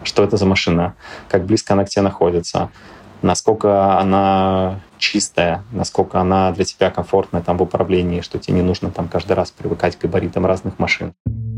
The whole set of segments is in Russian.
что это за машина, как близко она к тебе находится, насколько она чистая, насколько она для тебя комфортная там в управлении, что тебе не нужно там каждый раз привыкать к габаритам разных машин.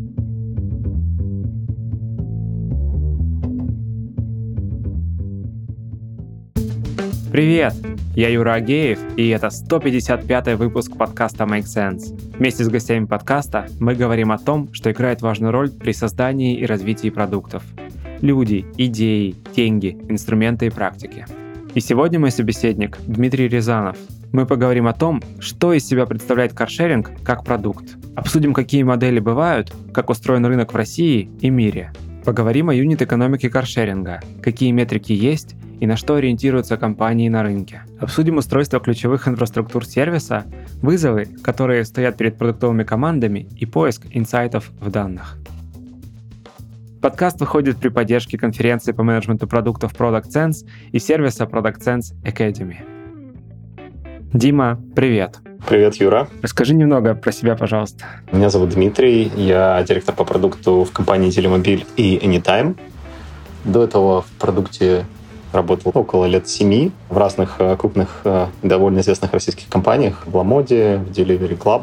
Привет! Я Юра Агеев, и это 155-й выпуск подкаста Make Sense. Вместе с гостями подкаста мы говорим о том, что играет важную роль при создании и развитии продуктов. Люди, идеи, деньги, инструменты и практики. И сегодня мой собеседник Дмитрий Рязанов. Мы поговорим о том, что из себя представляет каршеринг как продукт. Обсудим, какие модели бывают, как устроен рынок в России и мире. Поговорим о юнит-экономике каршеринга, какие метрики есть и на что ориентируются компании на рынке. Обсудим устройство ключевых инфраструктур сервиса, вызовы, которые стоят перед продуктовыми командами и поиск инсайтов в данных. Подкаст выходит при поддержке конференции по менеджменту продуктов Product Sense и сервиса Product Sense Academy. Дима, привет. Привет, Юра. Расскажи немного про себя, пожалуйста. Меня зовут Дмитрий, я директор по продукту в компании Delimobile и Anytime. До этого в продукте работал около лет 7 в разных крупных, довольно известных российских компаниях, в Ламоде, в Delivery Club,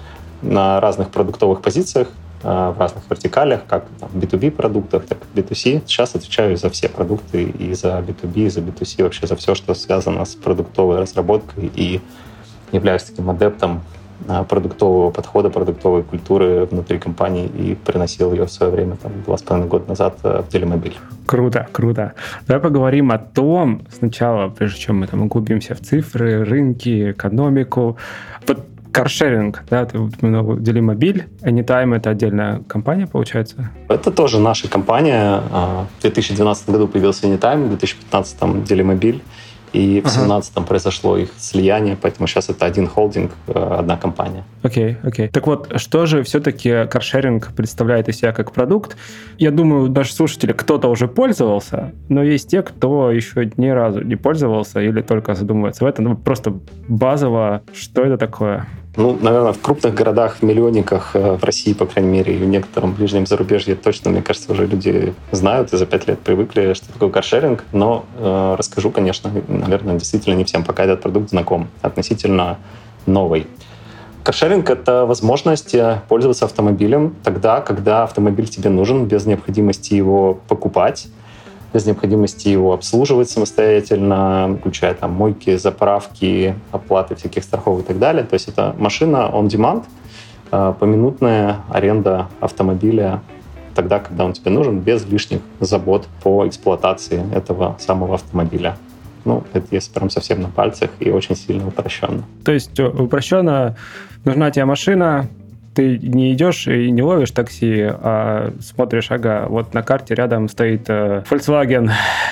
на разных продуктовых позициях, в разных вертикалях, как в B2B продуктах, так и B2C. Сейчас отвечаю за все продукты, и за B2B, и за B2C, вообще за все, что связано с продуктовой разработкой, и являюсь таким адептом продуктового подхода, продуктовой культуры внутри компании и приносил ее в свое время, 2,5 года назад, в Delimobile. Круто, круто. Давай поговорим о том, сначала, прежде чем мы углубимся в цифры, рынки, экономику. Вот каршеринг, да, ты упомянул Delimobile, Anytime — это отдельная компания, получается? Это тоже наша компания. В 2012 году появился Anytime, в 2015 Delimobile. И в 2017-м произошло их слияние, поэтому сейчас это один холдинг, одна компания. Окей. Так вот, что же все-таки каршеринг представляет из себя как продукт? Я думаю, наши слушатели, кто-то уже пользовался, но есть те, кто еще ни разу не пользовался или только задумывается в этом. Просто базово, что это такое? Наверное, в крупных городах, в миллионниках в России, по крайней мере, и в некотором ближнем зарубежье точно, мне кажется, уже люди знают и за 5 лет привыкли, что такое каршеринг. Но расскажу, конечно, наверное, действительно не всем пока этот продукт знаком, относительно новый. Каршеринг — это возможность пользоваться автомобилем тогда, когда автомобиль тебе нужен, без необходимости его покупать, без необходимости его обслуживать самостоятельно, включая мойки, заправки, оплаты всяких страховок и так далее. То есть это машина on demand, поминутная аренда автомобиля тогда, когда он тебе нужен, без лишних забот по эксплуатации этого самого автомобиля. Это если прям совсем на пальцах и очень сильно упрощенно. То есть упрощенно нужна тебе машина, ты не идешь и не ловишь такси, а смотришь, вот на карте рядом стоит Volkswagen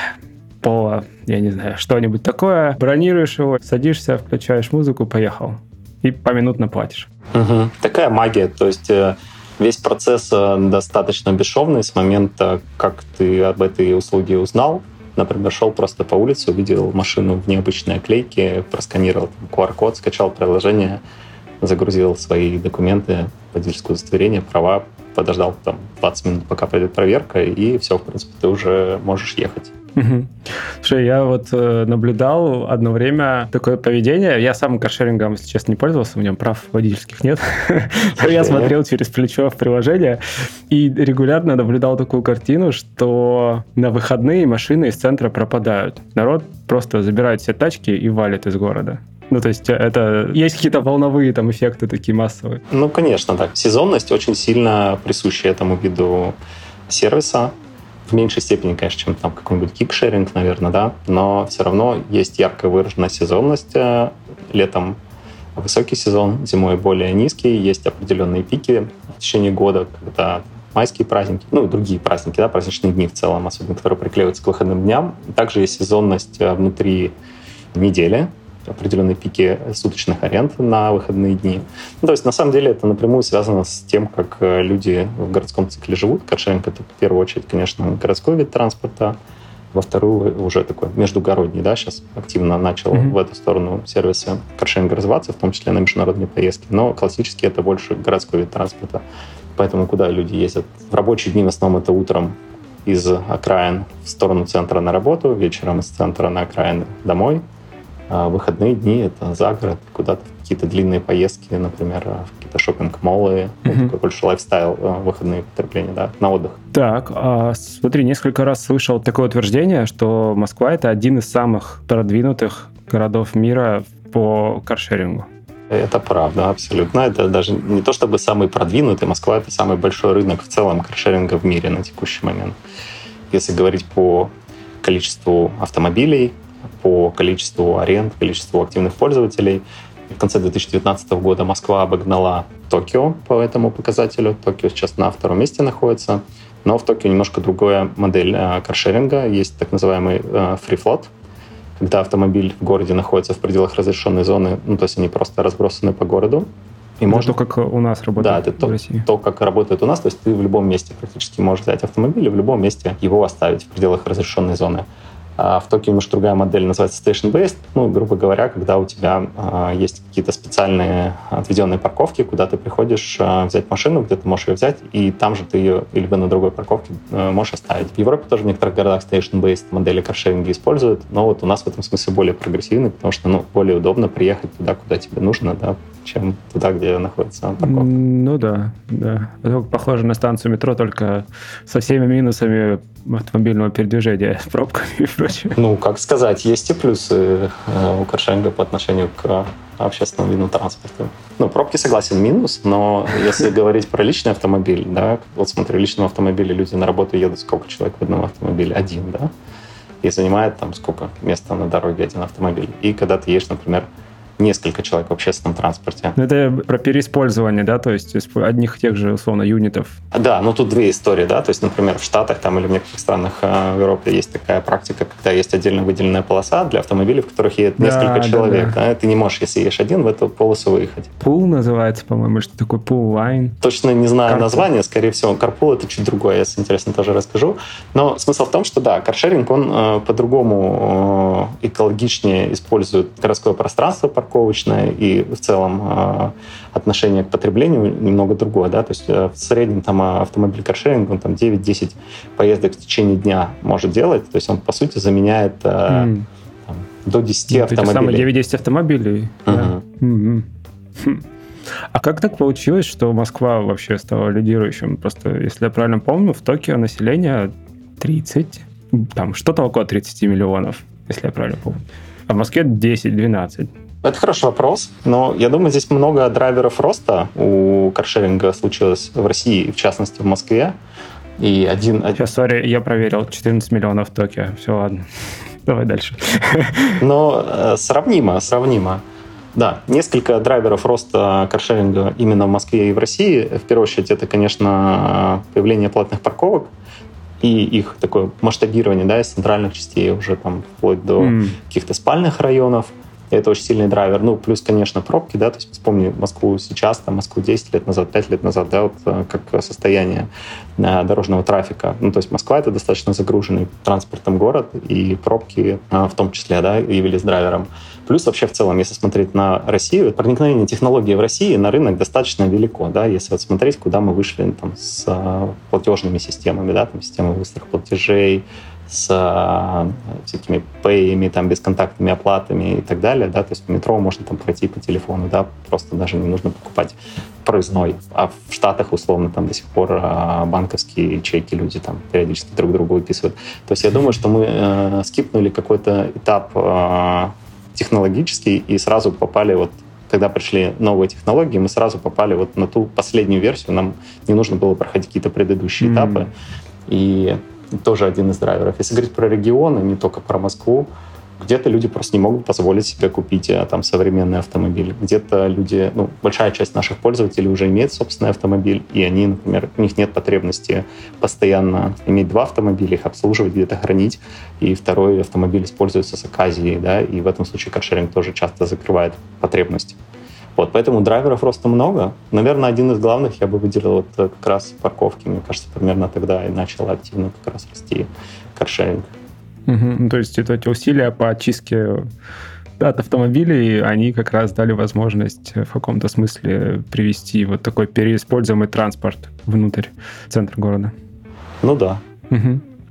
Polo, я не знаю, что-нибудь такое, бронируешь его, садишься, включаешь музыку, поехал. И поминутно платишь. Такая магия, то есть весь процесс достаточно бесшовный с момента, как ты об этой услуге узнал. Например, шел просто по улице, увидел машину в необычной оклейке, просканировал QR-код, скачал приложение, загрузил свои документы, водительское удостоверение, права, подождал 20 минут, пока пройдет проверка, и все, в принципе, ты уже можешь ехать. Слушай, я наблюдал одно время такое поведение. Я сам каршерингом, если честно, не пользовался, у меня прав водительских нет. Я смотрел через плечо в приложение и регулярно наблюдал такую картину, что на выходные машины из центра пропадают. Народ просто забирает все тачки и валит из города. То есть это есть какие-то волновые эффекты такие массовые? Конечно, так. Сезонность очень сильно присуща этому виду сервиса. В меньшей степени, конечно, чем какой-нибудь кикшеринг, наверное, да, но все равно есть ярко выраженная сезонность. Летом высокий сезон, зимой более низкий, есть определенные пики в течение года, когда майские праздники, и другие праздники, да, праздничные дни в целом, особенно, которые приклеиваются к выходным дням. Также есть сезонность внутри недели, определенные пики суточных аренд на выходные дни. То есть, на самом деле, это напрямую связано с тем, как люди в городском цикле живут. Каршеринг — это, в первую очередь, конечно, городской вид транспорта. Во вторую, уже такой междугородний, да, сейчас активно начал в эту сторону сервисы каршеринга развиваться, в том числе на международные поездки. Но классически это больше городской вид транспорта. Поэтому куда люди ездят? В рабочие дни в основном это утром из окраин в сторону центра на работу, вечером из центра на окраины домой. А выходные дни — это за город, куда-то какие-то длинные поездки, например, в какие-то шопинг-моллы, такой больше лайфстайл, выходные потребления, да, на отдых. Так, смотри, несколько раз слышал такое утверждение, что Москва — это один из самых продвинутых городов мира по каршерингу. Это правда, абсолютно. Это даже не то чтобы самый продвинутый. Москва — это самый большой рынок в целом каршеринга в мире на текущий момент. Если говорить по количеству автомобилей, по количеству аренд, количеству активных пользователей, в конце 2019 года Москва обогнала Токио по этому показателю. Токио сейчас на втором месте находится. Но в Токио немножко другая модель каршеринга. Есть так называемый free float, когда автомобиль в городе находится в пределах разрешенной зоны, то есть они просто разбросаны по городу. И это можно... то, как у нас работает, да, это в России. То, как работает у нас. То есть ты в любом месте практически можешь взять автомобиль и в любом месте его оставить в пределах разрешенной зоны. А в Токио немножко другая модель, называется station-based. Грубо говоря, когда у тебя есть какие-то специальные отведенные парковки, куда ты приходишь взять машину, где ты можешь ее взять, и там же ты ее либо на другой парковке можешь оставить. В Европе тоже в некоторых городах station-based модели каршеринга используют, но вот у нас в этом смысле более прогрессивный, потому что более удобно приехать туда, куда тебе нужно, да, чем туда, где находится парковка. Ну да. Это похоже на станцию метро, только со всеми минусами автомобильного передвижения, пробками и прочее. Как сказать, есть и плюсы у каршеринга по отношению к общественному виду транспорта. Пробки, согласен, минус, но если говорить про личный автомобиль, да, вот смотри, в личном автомобиле люди на работу едут, сколько человек в одном автомобиле? Один, да? И занимает там сколько места на дороге один автомобиль. И когда ты едешь, например, несколько человек в общественном транспорте. Это про переиспользование, да, то есть одних и тех же, условно, юнитов. Да, тут две истории, да, то есть, например, в Штатах там, или в некоторых странах в Европе есть такая практика, когда есть отдельно выделенная полоса для автомобилей, в которых едет несколько человек. Да. Ты не можешь, если едешь один, в эту полосу выехать. Пул называется, по-моему, что такое пул-лайн. Точно не знаю название, скорее всего, карпул — это чуть другое, если интересно, тоже расскажу. Но смысл в том, что да, каршеринг, он по-другому экологичнее использует городское пространство парковочное, и в целом отношение к потреблению немного другое, да, то есть в среднем там автомобиль каршеринг, он там 9-10 поездок в течение дня может делать, то есть он, по сути, заменяет до 10 автомобилей. Эти самые 9-10 автомобилей. Да. А как так получилось, что Москва вообще стала лидирующим? Просто, если я правильно помню, в Токио население 30, там что-то около 30 миллионов, если я правильно помню. А в Москве 10-12. Это хороший вопрос, но я думаю, здесь много драйверов роста у каршеринга случилось в России, в частности, в Москве. И Сейчас, сори, я проверил, 14 миллионов в Токио. Все, ладно. Давай дальше. Но сравнимо. Да, несколько драйверов роста каршеринга именно в Москве и в России. В первую очередь, это, конечно, появление платных парковок и их такое масштабирование, да, из центральных частей уже там вплоть до каких-то спальных районов. Это очень сильный драйвер. Плюс, конечно, пробки, да, то есть вспомни Москву сейчас, Москву 10 лет назад, 5 лет назад, да, вот как состояние дорожного трафика. То есть Москва — это достаточно загруженный транспортом город, и пробки в том числе, да, явились драйвером. Плюс вообще в целом, если смотреть на Россию, проникновение технологий в России на рынок достаточно велико, да, если вот смотреть, куда мы вышли там с платежными системами, да, там системой быстрых платежей, с всякими пэями, там, бесконтактными оплатами и так далее, да, то есть в метро можно там пройти по телефону, да, просто даже не нужно покупать проездной. А в Штатах, условно, там до сих пор банковские ячейки люди там периодически друг другу выписывают. То есть я думаю, что мы скипнули какой-то этап технологический и сразу попали вот, когда пришли новые технологии, мы сразу попали вот на ту последнюю версию, нам не нужно было проходить какие-то предыдущие этапы. И тоже один из драйверов. Если говорить про регионы, не только про Москву, где-то люди просто не могут позволить себе купить там современный автомобиль. Где-то люди, большая часть наших пользователей уже имеет собственный автомобиль, и они, например, у них нет потребности постоянно иметь два автомобиля, их обслуживать, где-то хранить, и второй автомобиль используется с оказией, да, и в этом случае каршеринг тоже часто закрывает потребность. Вот, поэтому драйверов просто много. Наверное, один из главных я бы выделил вот как раз парковки. Мне кажется, примерно тогда и начал активно как раз расти каршеринг. То есть эти усилия по очистке от автомобилей, они как раз дали возможность в каком-то смысле привести вот такой переиспользуемый транспорт внутрь центра города. Да.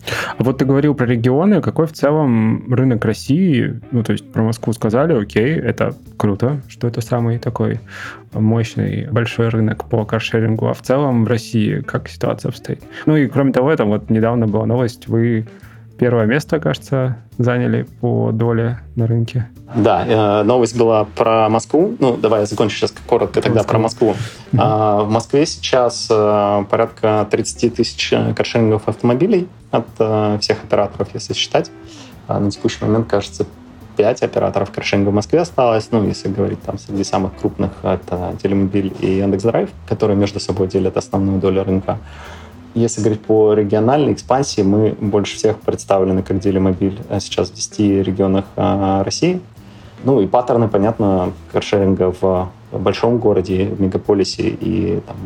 А вот ты говорил про регионы. Какой в целом рынок России? Ну, то есть про Москву сказали, окей, это круто, что это самый такой мощный, большой рынок по каршерингу. А в целом в России как ситуация обстоит? Ну и кроме того, там вот недавно была новость, вы первое место, кажется, заняли по доле на рынке. Да, новость была про Москву. Ну, давай я закончу сейчас коротко тогда про Москву. В Москве сейчас порядка 30 тысяч каршеринговых автомобилей от всех операторов, если считать. На текущий момент, кажется, 5 операторов каршеринга в Москве осталось. Ну, если говорить там среди самых крупных, это Телемобиль и Яндекс.Драйв, которые между собой делят основную долю рынка. Если говорить по региональной экспансии, мы больше всех представлены как Телемобиль сейчас в 10 регионах России. Ну и паттерны, понятно, каршеринга в большом городе, в мегаполисе и там,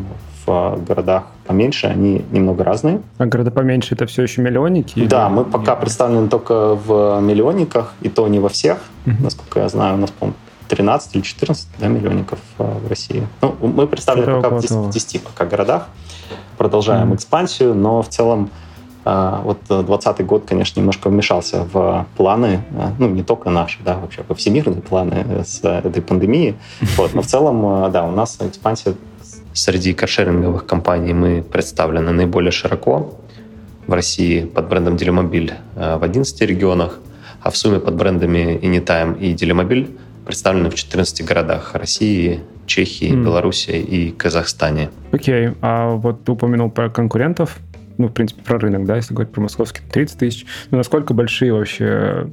в городах поменьше, они немного разные. А города поменьше — это все еще миллионники? Да, мы пока представлены только в миллионниках, и то не во всех. Насколько я знаю, у нас, по-моему, 13 или 14 миллионников в России. Ну, мы представлены пока в 10 пока городах. Продолжаем экспансию, но в целом вот 2020 год, конечно, немножко вмешался в планы, ну, не только наши, да, вообще во всемирные планы с этой пандемией. Вот, но в целом, да, у нас экспансия среди каршеринговых компаний мы представлены наиболее широко. В России под брендом Телемобиль в 11 регионах, а в сумме под брендами Anytime и Телемобиль представлены в 14 городах России, Чехии, Белоруссии и Казахстане. Окей, а вот ты упомянул про конкурентов, ну, в принципе, про рынок, да, если говорить про московский, 30 тысяч. Ну, насколько большие вообще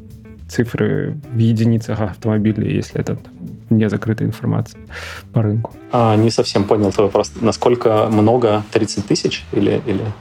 цифры в единицах автомобилей, если это не закрытая информация по рынку? Не совсем понял твой вопрос. Насколько много 30 тысяч или...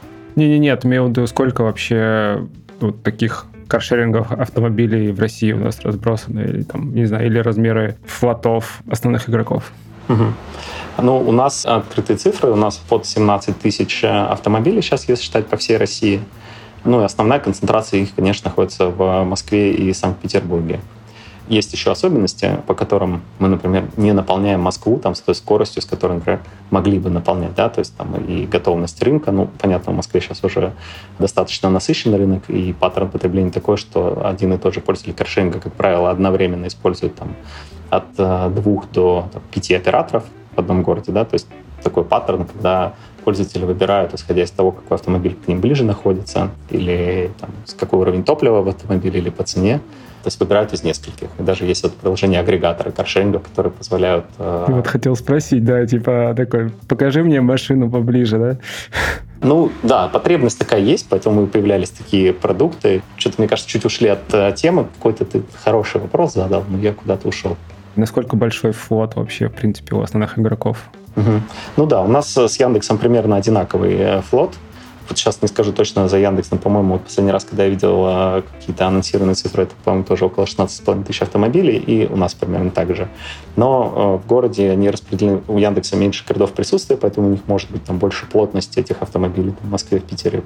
Нет, имею в виду, сколько вообще вот таких каршеринговых автомобилей в России у нас разбросаны, или там, не знаю, или размеры флотов основных игроков? Угу. Ну, у нас открытые цифры, у нас под 17 тысяч автомобилей сейчас, если считать по всей России. Ну, и основная концентрация их, конечно, находится в Москве и Санкт-Петербурге. Есть еще особенности, по которым мы, например, не наполняем Москву там, с той скоростью, с которой, например, могли бы наполнять, да, то есть там и готовность рынка. Ну, понятно, в Москве сейчас уже достаточно насыщенный рынок, и паттерн потребления такой, что один и тот же пользователь каршеринга, как правило, одновременно использует там от 2 до 5 операторов в одном городе, да, то есть такой паттерн, когда пользователи выбирают, исходя из того, какой автомобиль к ним ближе находится, или там, какой уровень топлива в автомобиле, или по цене. То есть выбирают из нескольких. И даже есть вот приложение агрегатора каршеринга, которые позволяют... Вот хотел спросить, да, типа такой, покажи мне машину поближе, да? Ну, да, потребность такая есть, поэтому и появлялись такие продукты. Что-то, мне кажется, чуть ушли от темы. Какой-то ты хороший вопрос задал, но я куда-то ушел. Насколько большой флот вообще, в принципе, у основных игроков? Угу. Ну да, у нас с Яндексом примерно одинаковый флот. Вот сейчас не скажу точно за Яндекс, но, по-моему, вот последний раз, когда я видел какие-то анонсированные цифры, это, по-моему, тоже около 16,5 тысяч автомобилей, и у нас примерно так же. Но в городе они распределены, у Яндекса меньше городов присутствия, поэтому у них может быть там больше плотности этих автомобилей в Москве, в Питере.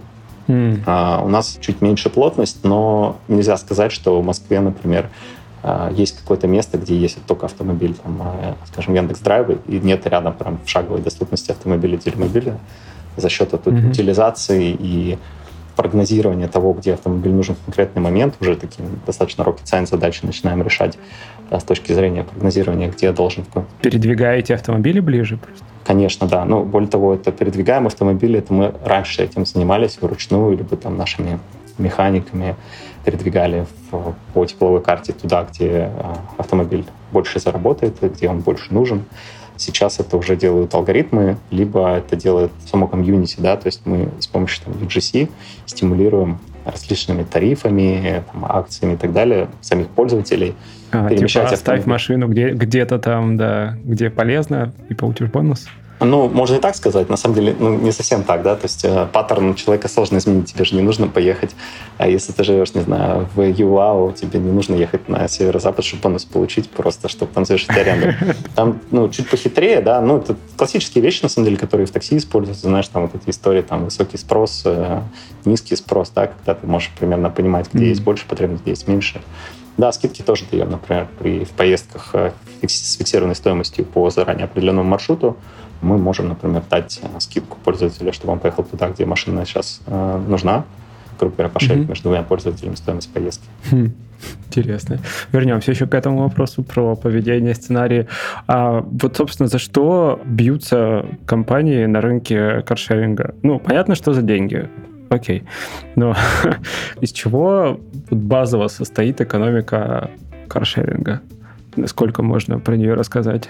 У нас чуть меньше плотность, но нельзя сказать, что в Москве, например, есть какое-то место, где есть только автомобиль, там, скажем, Яндекс.Драйв, и нет рядом прям в шаговой доступности автомобиля Телемобиля. За счет утилизации и прогнозирования того, где автомобиль нужен в конкретный момент, уже такие достаточно rocket science задачи начинаем решать с точки зрения прогнозирования, где должен... Передвигаете автомобили ближе просто? Конечно, да. Ну, более того, это передвигаем автомобили, это мы раньше этим занимались вручную, либо там нашими механиками передвигали по тепловой карте туда, где автомобиль больше заработает, где он больше нужен. Сейчас это уже делают алгоритмы, либо это делает само комьюнити, да, то есть мы с помощью там, UGC стимулируем различными тарифами, там, акциями и так далее самих пользователей. Типа оставь машину где-то там, да, где полезно, и получишь бонус. Ну, можно и так сказать. На самом деле, ну, не совсем так, да. То есть паттерн человека сложно изменить. Тебе же не нужно поехать. А если ты живешь, не знаю, в ЮАУ, тебе не нужно ехать на северо-запад, чтобы бонус получить, просто чтобы там совершить аренду. Там, ну, чуть похитрее, да. Ну, это классические вещи, на самом деле, которые в такси используются. Знаешь, там вот эти истории, там, высокий спрос, низкий спрос, да, когда ты можешь примерно понимать, где есть больше потребностей, где есть меньше. Да, скидки тоже даем, например, в поездках с фиксированной стоимостью по заранее определенному маршруту. Мы можем, например, дать скидку пользователю, чтобы он поехал туда, где машина сейчас нужна. грубо говоря, пошерить между двумя пользователями стоимость поездки. Интересно. Вернемся еще к этому вопросу про поведение, сценарии. А вот, собственно, за что бьются компании на рынке каршеринга? Ну, понятно, что за деньги. Окей. Но из чего базово состоит экономика каршеринга? Сколько можно про нее рассказать?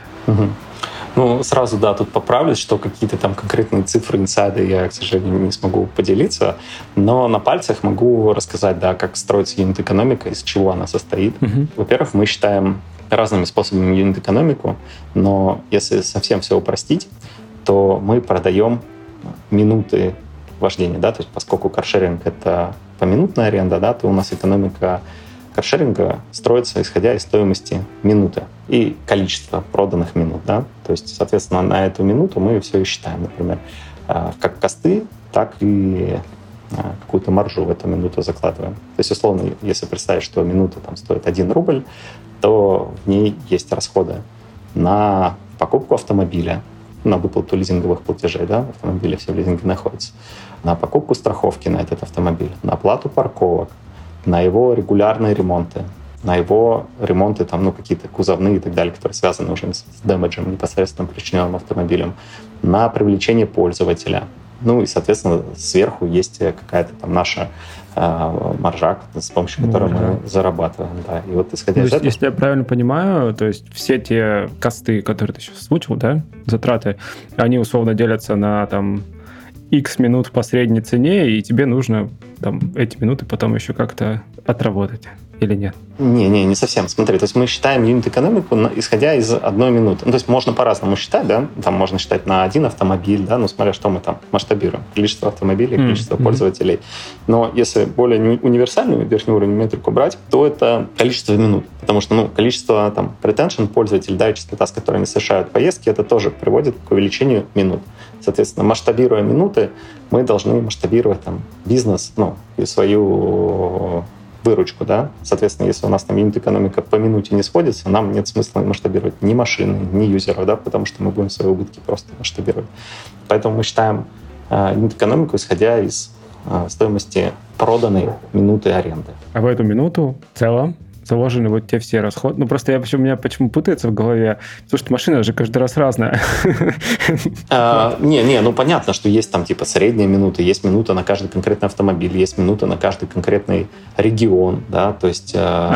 Ну, сразу, да, тут поправлюсь, что какие-то там конкретные цифры, инсайды я, к сожалению, не смогу поделиться, но на пальцах могу рассказать, да, как строится юнит-экономика, из чего она состоит. Во-первых, мы считаем разными способами юнит-экономику, но если совсем все упростить, то мы продаем минуты вождения, да, то есть поскольку каршеринг — это поминутная аренда, да, то у нас экономика каршеринга строится исходя из стоимости минуты и количества проданных минут. Да? То есть, соответственно, на эту минуту мы все и считаем, например, как косты, так и какую-то маржу в эту минуту закладываем. То есть, условно, если представить, что минута там стоит 1 рубль, то в ней есть расходы на покупку автомобиля, на выплату лизинговых платежей, да, в автомобиле все в лизинге находятся, на покупку страховки на этот автомобиль, на оплату парковок, на его регулярные ремонты, на его ремонты, там, ну, какие-то кузовные и так далее, которые связаны уже с дэмэджем, непосредственно причиненным автомобилем, на привлечение пользователя. Ну и, соответственно, сверху есть какая-то там наша маржа, с помощью которой мы зарабатываем. Да. И вот исходя из этого... Если я правильно понимаю, то есть все те косты, которые ты сейчас озвучил, да, затраты, они условно делятся на там X минут по средней цене, и тебе нужно там эти минуты потом еще как-то отработать, или нет? Не совсем. Смотри, то есть мы считаем юнит-экономику, исходя из 1 минуты. Ну, то есть можно по-разному считать, да? Там можно считать на 1 автомобиль, да, ну, смотря что мы там масштабируем. Количество автомобилей, количество пользователей. Но если более универсальную верхний уровень метрику брать, то это количество минут. Потому что, ну, количество там retention пользователей, да, и частота, с которой они совершают поездки, это тоже приводит к увеличению минут. Соответственно, масштабируя минуты, мы должны масштабировать там бизнес, ну, и свою выручку, да. Соответственно, если у нас там юнит-экономика по минуте не сходится, нам нет смысла масштабировать ни машины, ни юзеров, да, потому что мы будем свои убытки просто масштабировать. Поэтому мы считаем юнит-экономику, исходя из стоимости проданной минуты аренды. А в эту минуту в целом заложены вот те все расходы. Ну, просто у меня почему путается в голове, потому что машина же каждый раз разная. Ну понятно, что есть там типа средняя минута, есть минута на каждый конкретный автомобиль, есть минута на каждый конкретный регион, да, то есть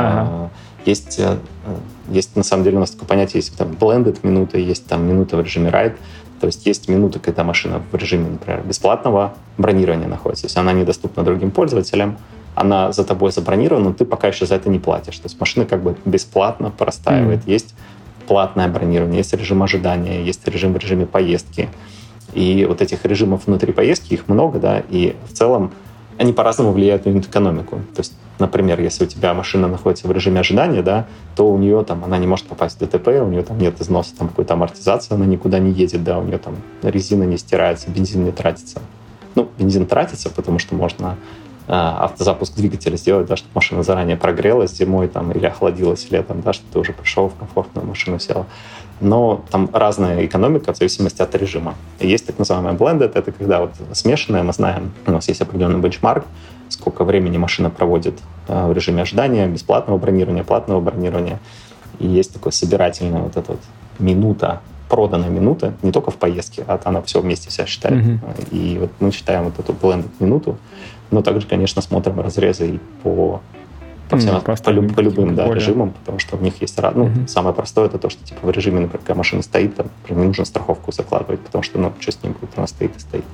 есть на самом деле у нас такое понятие, есть там blended минута, есть там минута в режиме ride, то есть есть минута, когда машина в режиме, например, бесплатного бронирования находится, то есть она недоступна другим пользователям, она за тобой забронирована, но ты пока еще за это не платишь. То есть машина как бы бесплатно простаивает. Есть платное бронирование, есть режим ожидания, есть режим в режиме поездки. И вот этих режимов внутри поездки, их много, да, и в целом они по-разному влияют на юнит-экономику. То есть, например, если у тебя машина находится в режиме ожидания, да, то у нее там, она не может попасть в ДТП, у нее там нет износа, там какой-то амортизации, она никуда не едет, да, у нее там резина не стирается, бензин не тратится. Ну, бензин тратится, потому что можно автозапуск двигателя сделать, да, чтобы машина заранее прогрелась зимой там, или охладилась летом, да, чтобы ты уже пришел в комфортную машину, сел. Но там разная экономика в зависимости от режима. И есть так называемая blended, это когда вот смешанная, мы знаем, у нас есть определенный бенчмарк, сколько времени машина проводит в режиме ожидания, бесплатного бронирования, платного бронирования. И есть такое собирательное вот это вот минута, проданная минута, не только в поездке, а она все вместе вся считает. И вот мы считаем вот эту blended минуту, но также, конечно, смотрим разрезы и по любым да, режимам, потому что у них есть... Самое простое — это то, что типа в режиме, например, когда машина стоит, там, не нужно страховку закладывать, потому что, что с ним будет, она стоит и стоит.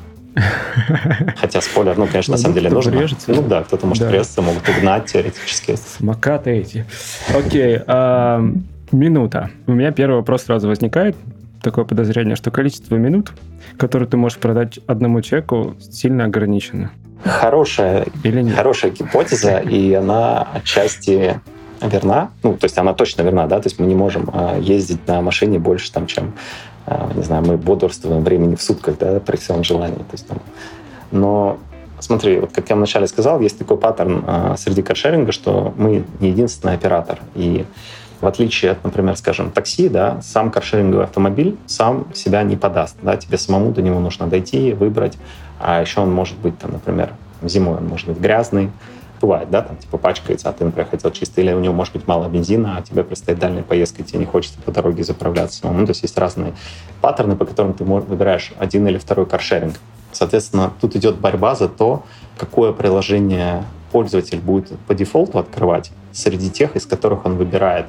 Хотя спойлер, конечно, на самом деле нужно. Режется. Ну да, кто-то может резаться, могут угнать теоретически. Самокаты эти. Окей, минута. У меня первый вопрос сразу возникает. Такое подозрение, что количество минут, которые ты можешь продать одному человеку, сильно ограничено. Хорошая гипотеза, и она отчасти верна. Ну, то есть она точно верна, да, то есть мы не можем ездить на машине больше, там, чем, не знаю, мы бодрствуем времени в сутках, да, при всем желании. То есть, там. Но смотри, вот как я вначале сказал, есть такой паттерн среди каршеринга, что мы не единственный оператор. И в отличие от, например, скажем, такси, да, сам каршеринговый автомобиль сам себя не подаст. Да, тебе самому до него нужно дойти, выбрать. А еще он может быть, там, например, зимой он может быть грязный, бывает, да, там типа пачкается, а ты, например, хотел чистый, или у него может быть мало бензина, а тебе предстоит дальняя поездка, и тебе не хочется по дороге заправляться. Ну, то есть есть разные паттерны, по которым ты выбираешь один или второй каршеринг. Соответственно, тут идет борьба за то, какое приложение пользователь будет по дефолту открывать среди тех, из которых он выбирает.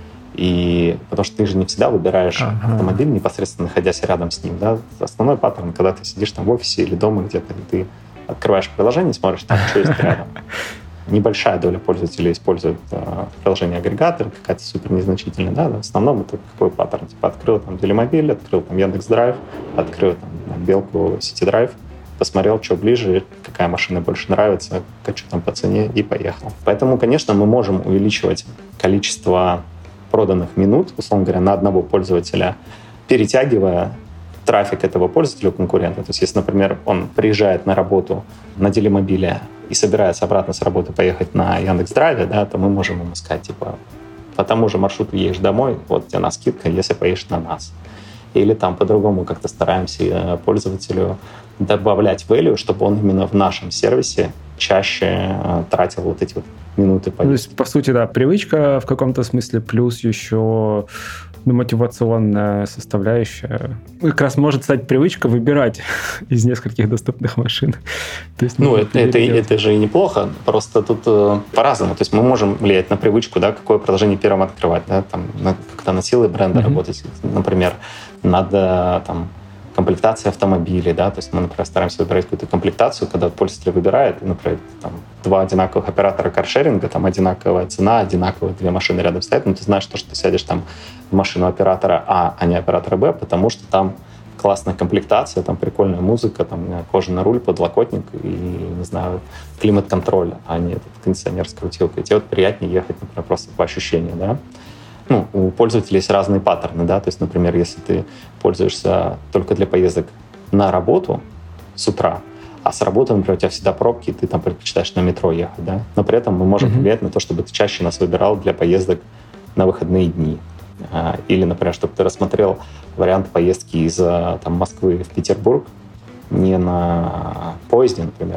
И потому что ты же не всегда выбираешь автомобиль, непосредственно находясь рядом с ним. Да? Основной паттерн, когда ты сидишь там в офисе или дома где-то, и ты открываешь приложение, смотришь, там, что есть рядом. Небольшая доля пользователей использует приложение-агрегатор, какая-то супер незначительная. Да? В основном это какой паттерн? Типа открыл там Делимобиль, открыл там Яндекс.Драйв, открыл там Белку Сити-Драйв, посмотрел, что ближе, какая машина больше нравится, что там по цене, и поехал. Поэтому, конечно, мы можем увеличивать количество проданных минут, условно говоря, на одного пользователя, перетягивая трафик этого пользователя у конкурента. То есть, если, например, он приезжает на работу на Делимобиле и собирается обратно с работы поехать на Яндекс.Драйве, да, то мы можем ему сказать, типа, по тому же маршруту едешь домой, вот тебе на скидка, если поедешь на нас. Или там по-другому как-то стараемся пользователю добавлять value, чтобы он именно в нашем сервисе чаще тратил вот эти вот минуты. То есть, по сути, да, привычка в каком-то смысле, плюс еще мотивационная составляющая. Как раз может стать привычка выбирать из нескольких доступных машин. То есть, это же и неплохо, просто тут по-разному. То есть мы можем влиять на привычку, да, какое приложение первым открывать, да, там, как-то на силы бренда работать. Например, надо там комплектация автомобилей, да, то есть мы, например, стараемся выбирать какую-то комплектацию, когда пользователь выбирает, например, там, два одинаковых оператора каршеринга, там одинаковая цена, одинаковые две машины рядом стоят, но ты знаешь, что ты сядешь там в машину оператора А не оператора Б, потому что там классная комплектация, там прикольная музыка, там кожаный руль, подлокотник и, не знаю, климат-контроль, а не этот кондиционер с крутилкой. Тебе вот приятнее ехать, например, просто по ощущению, да. Ну, у пользователей есть разные паттерны, да, то есть, например, если ты пользуешься только для поездок на работу с утра, а с работы, например, у тебя всегда пробки, ты там предпочитаешь на метро ехать, да, но при этом мы можем влиять на то, чтобы ты чаще нас выбирал для поездок на выходные дни. Или, например, чтобы ты рассмотрел вариант поездки из там, Москвы в Петербург не на поезде, например,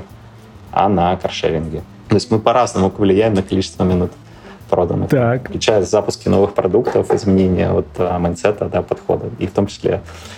а на каршеринге. То есть мы по-разному влияем на количество минут проданных, включая запуски новых продуктов, изменения вот майндсета, да, подхода, и в том числе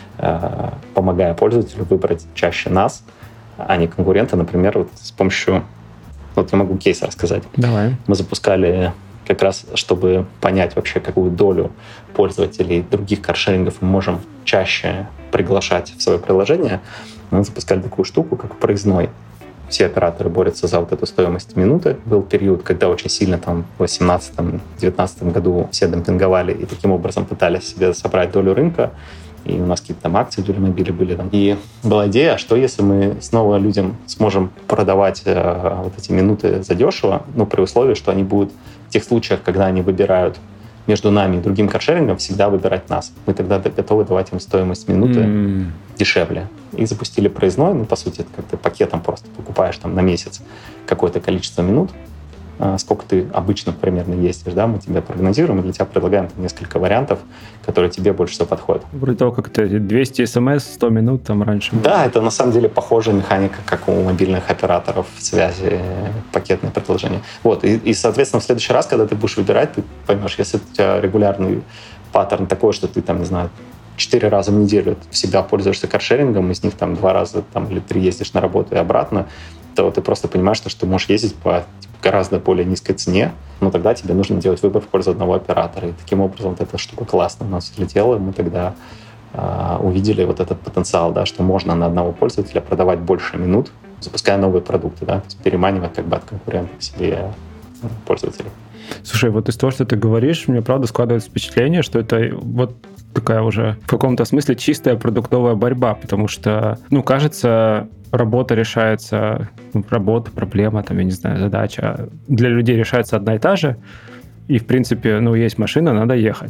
помогая пользователю выбрать чаще нас, а не конкурента, например, вот с помощью... Вот я могу кейс рассказать. Давай. Мы запускали как раз, чтобы понять вообще, какую долю пользователей других каршерингов мы можем чаще приглашать в свое приложение, мы запускали такую штуку, как проездной. Все операторы борются за вот эту стоимость минуты. Был период, когда очень сильно там в 2018-2019 году все демпинговали и таким образом пытались себе собрать долю рынка. И у нас какие-то там акции в Делимобиле были. Там. И была идея, что если мы снова людям сможем продавать вот эти минуты задешево, ну, при условии, что они будут в тех случаях, когда они выбирают между нами и другим каршерингом, всегда выбирать нас. Мы тогда готовы давать им стоимость минуты дешевле. И запустили проездной, ну, по сути, это как ты пакетом просто покупаешь там на месяц какое-то количество минут, сколько ты обычно примерно ездишь, да, мы тебе прогнозируем и для тебя предлагаем там несколько вариантов, которые тебе больше всего подходят. Вроде того, как это 200 смс, 100 минут там раньше. Да, это на самом деле похожая механика, как у мобильных операторов связи, пакетные предложения. Вот, и, соответственно, в следующий раз, когда ты будешь выбирать, ты поймешь, если у тебя регулярный паттерн такой, что ты там, не знаю, 4 раза в неделю всегда пользуешься каршерингом, из них там 2 раза там, или 3 ездишь на работу и обратно, то ты просто понимаешь, что ты можешь ездить по гораздо более низкой цене, но тогда тебе нужно делать выбор в пользу одного оператора. И таким образом вот эта штука классно у нас взлетела, и мы тогда увидели вот этот потенциал, да, что можно на одного пользователя продавать больше минут, запуская новые продукты, да, то есть переманивая как бы от конкурентов к себе пользователей. Слушай, вот из того, что ты говоришь, мне правда складывается впечатление, что это вот такая уже в каком-то смысле чистая продуктовая борьба, потому что, ну, кажется, работа решается, работа, проблема, там, я не знаю, задача для людей решается одна и та же, и, в принципе, ну, есть машина, надо ехать.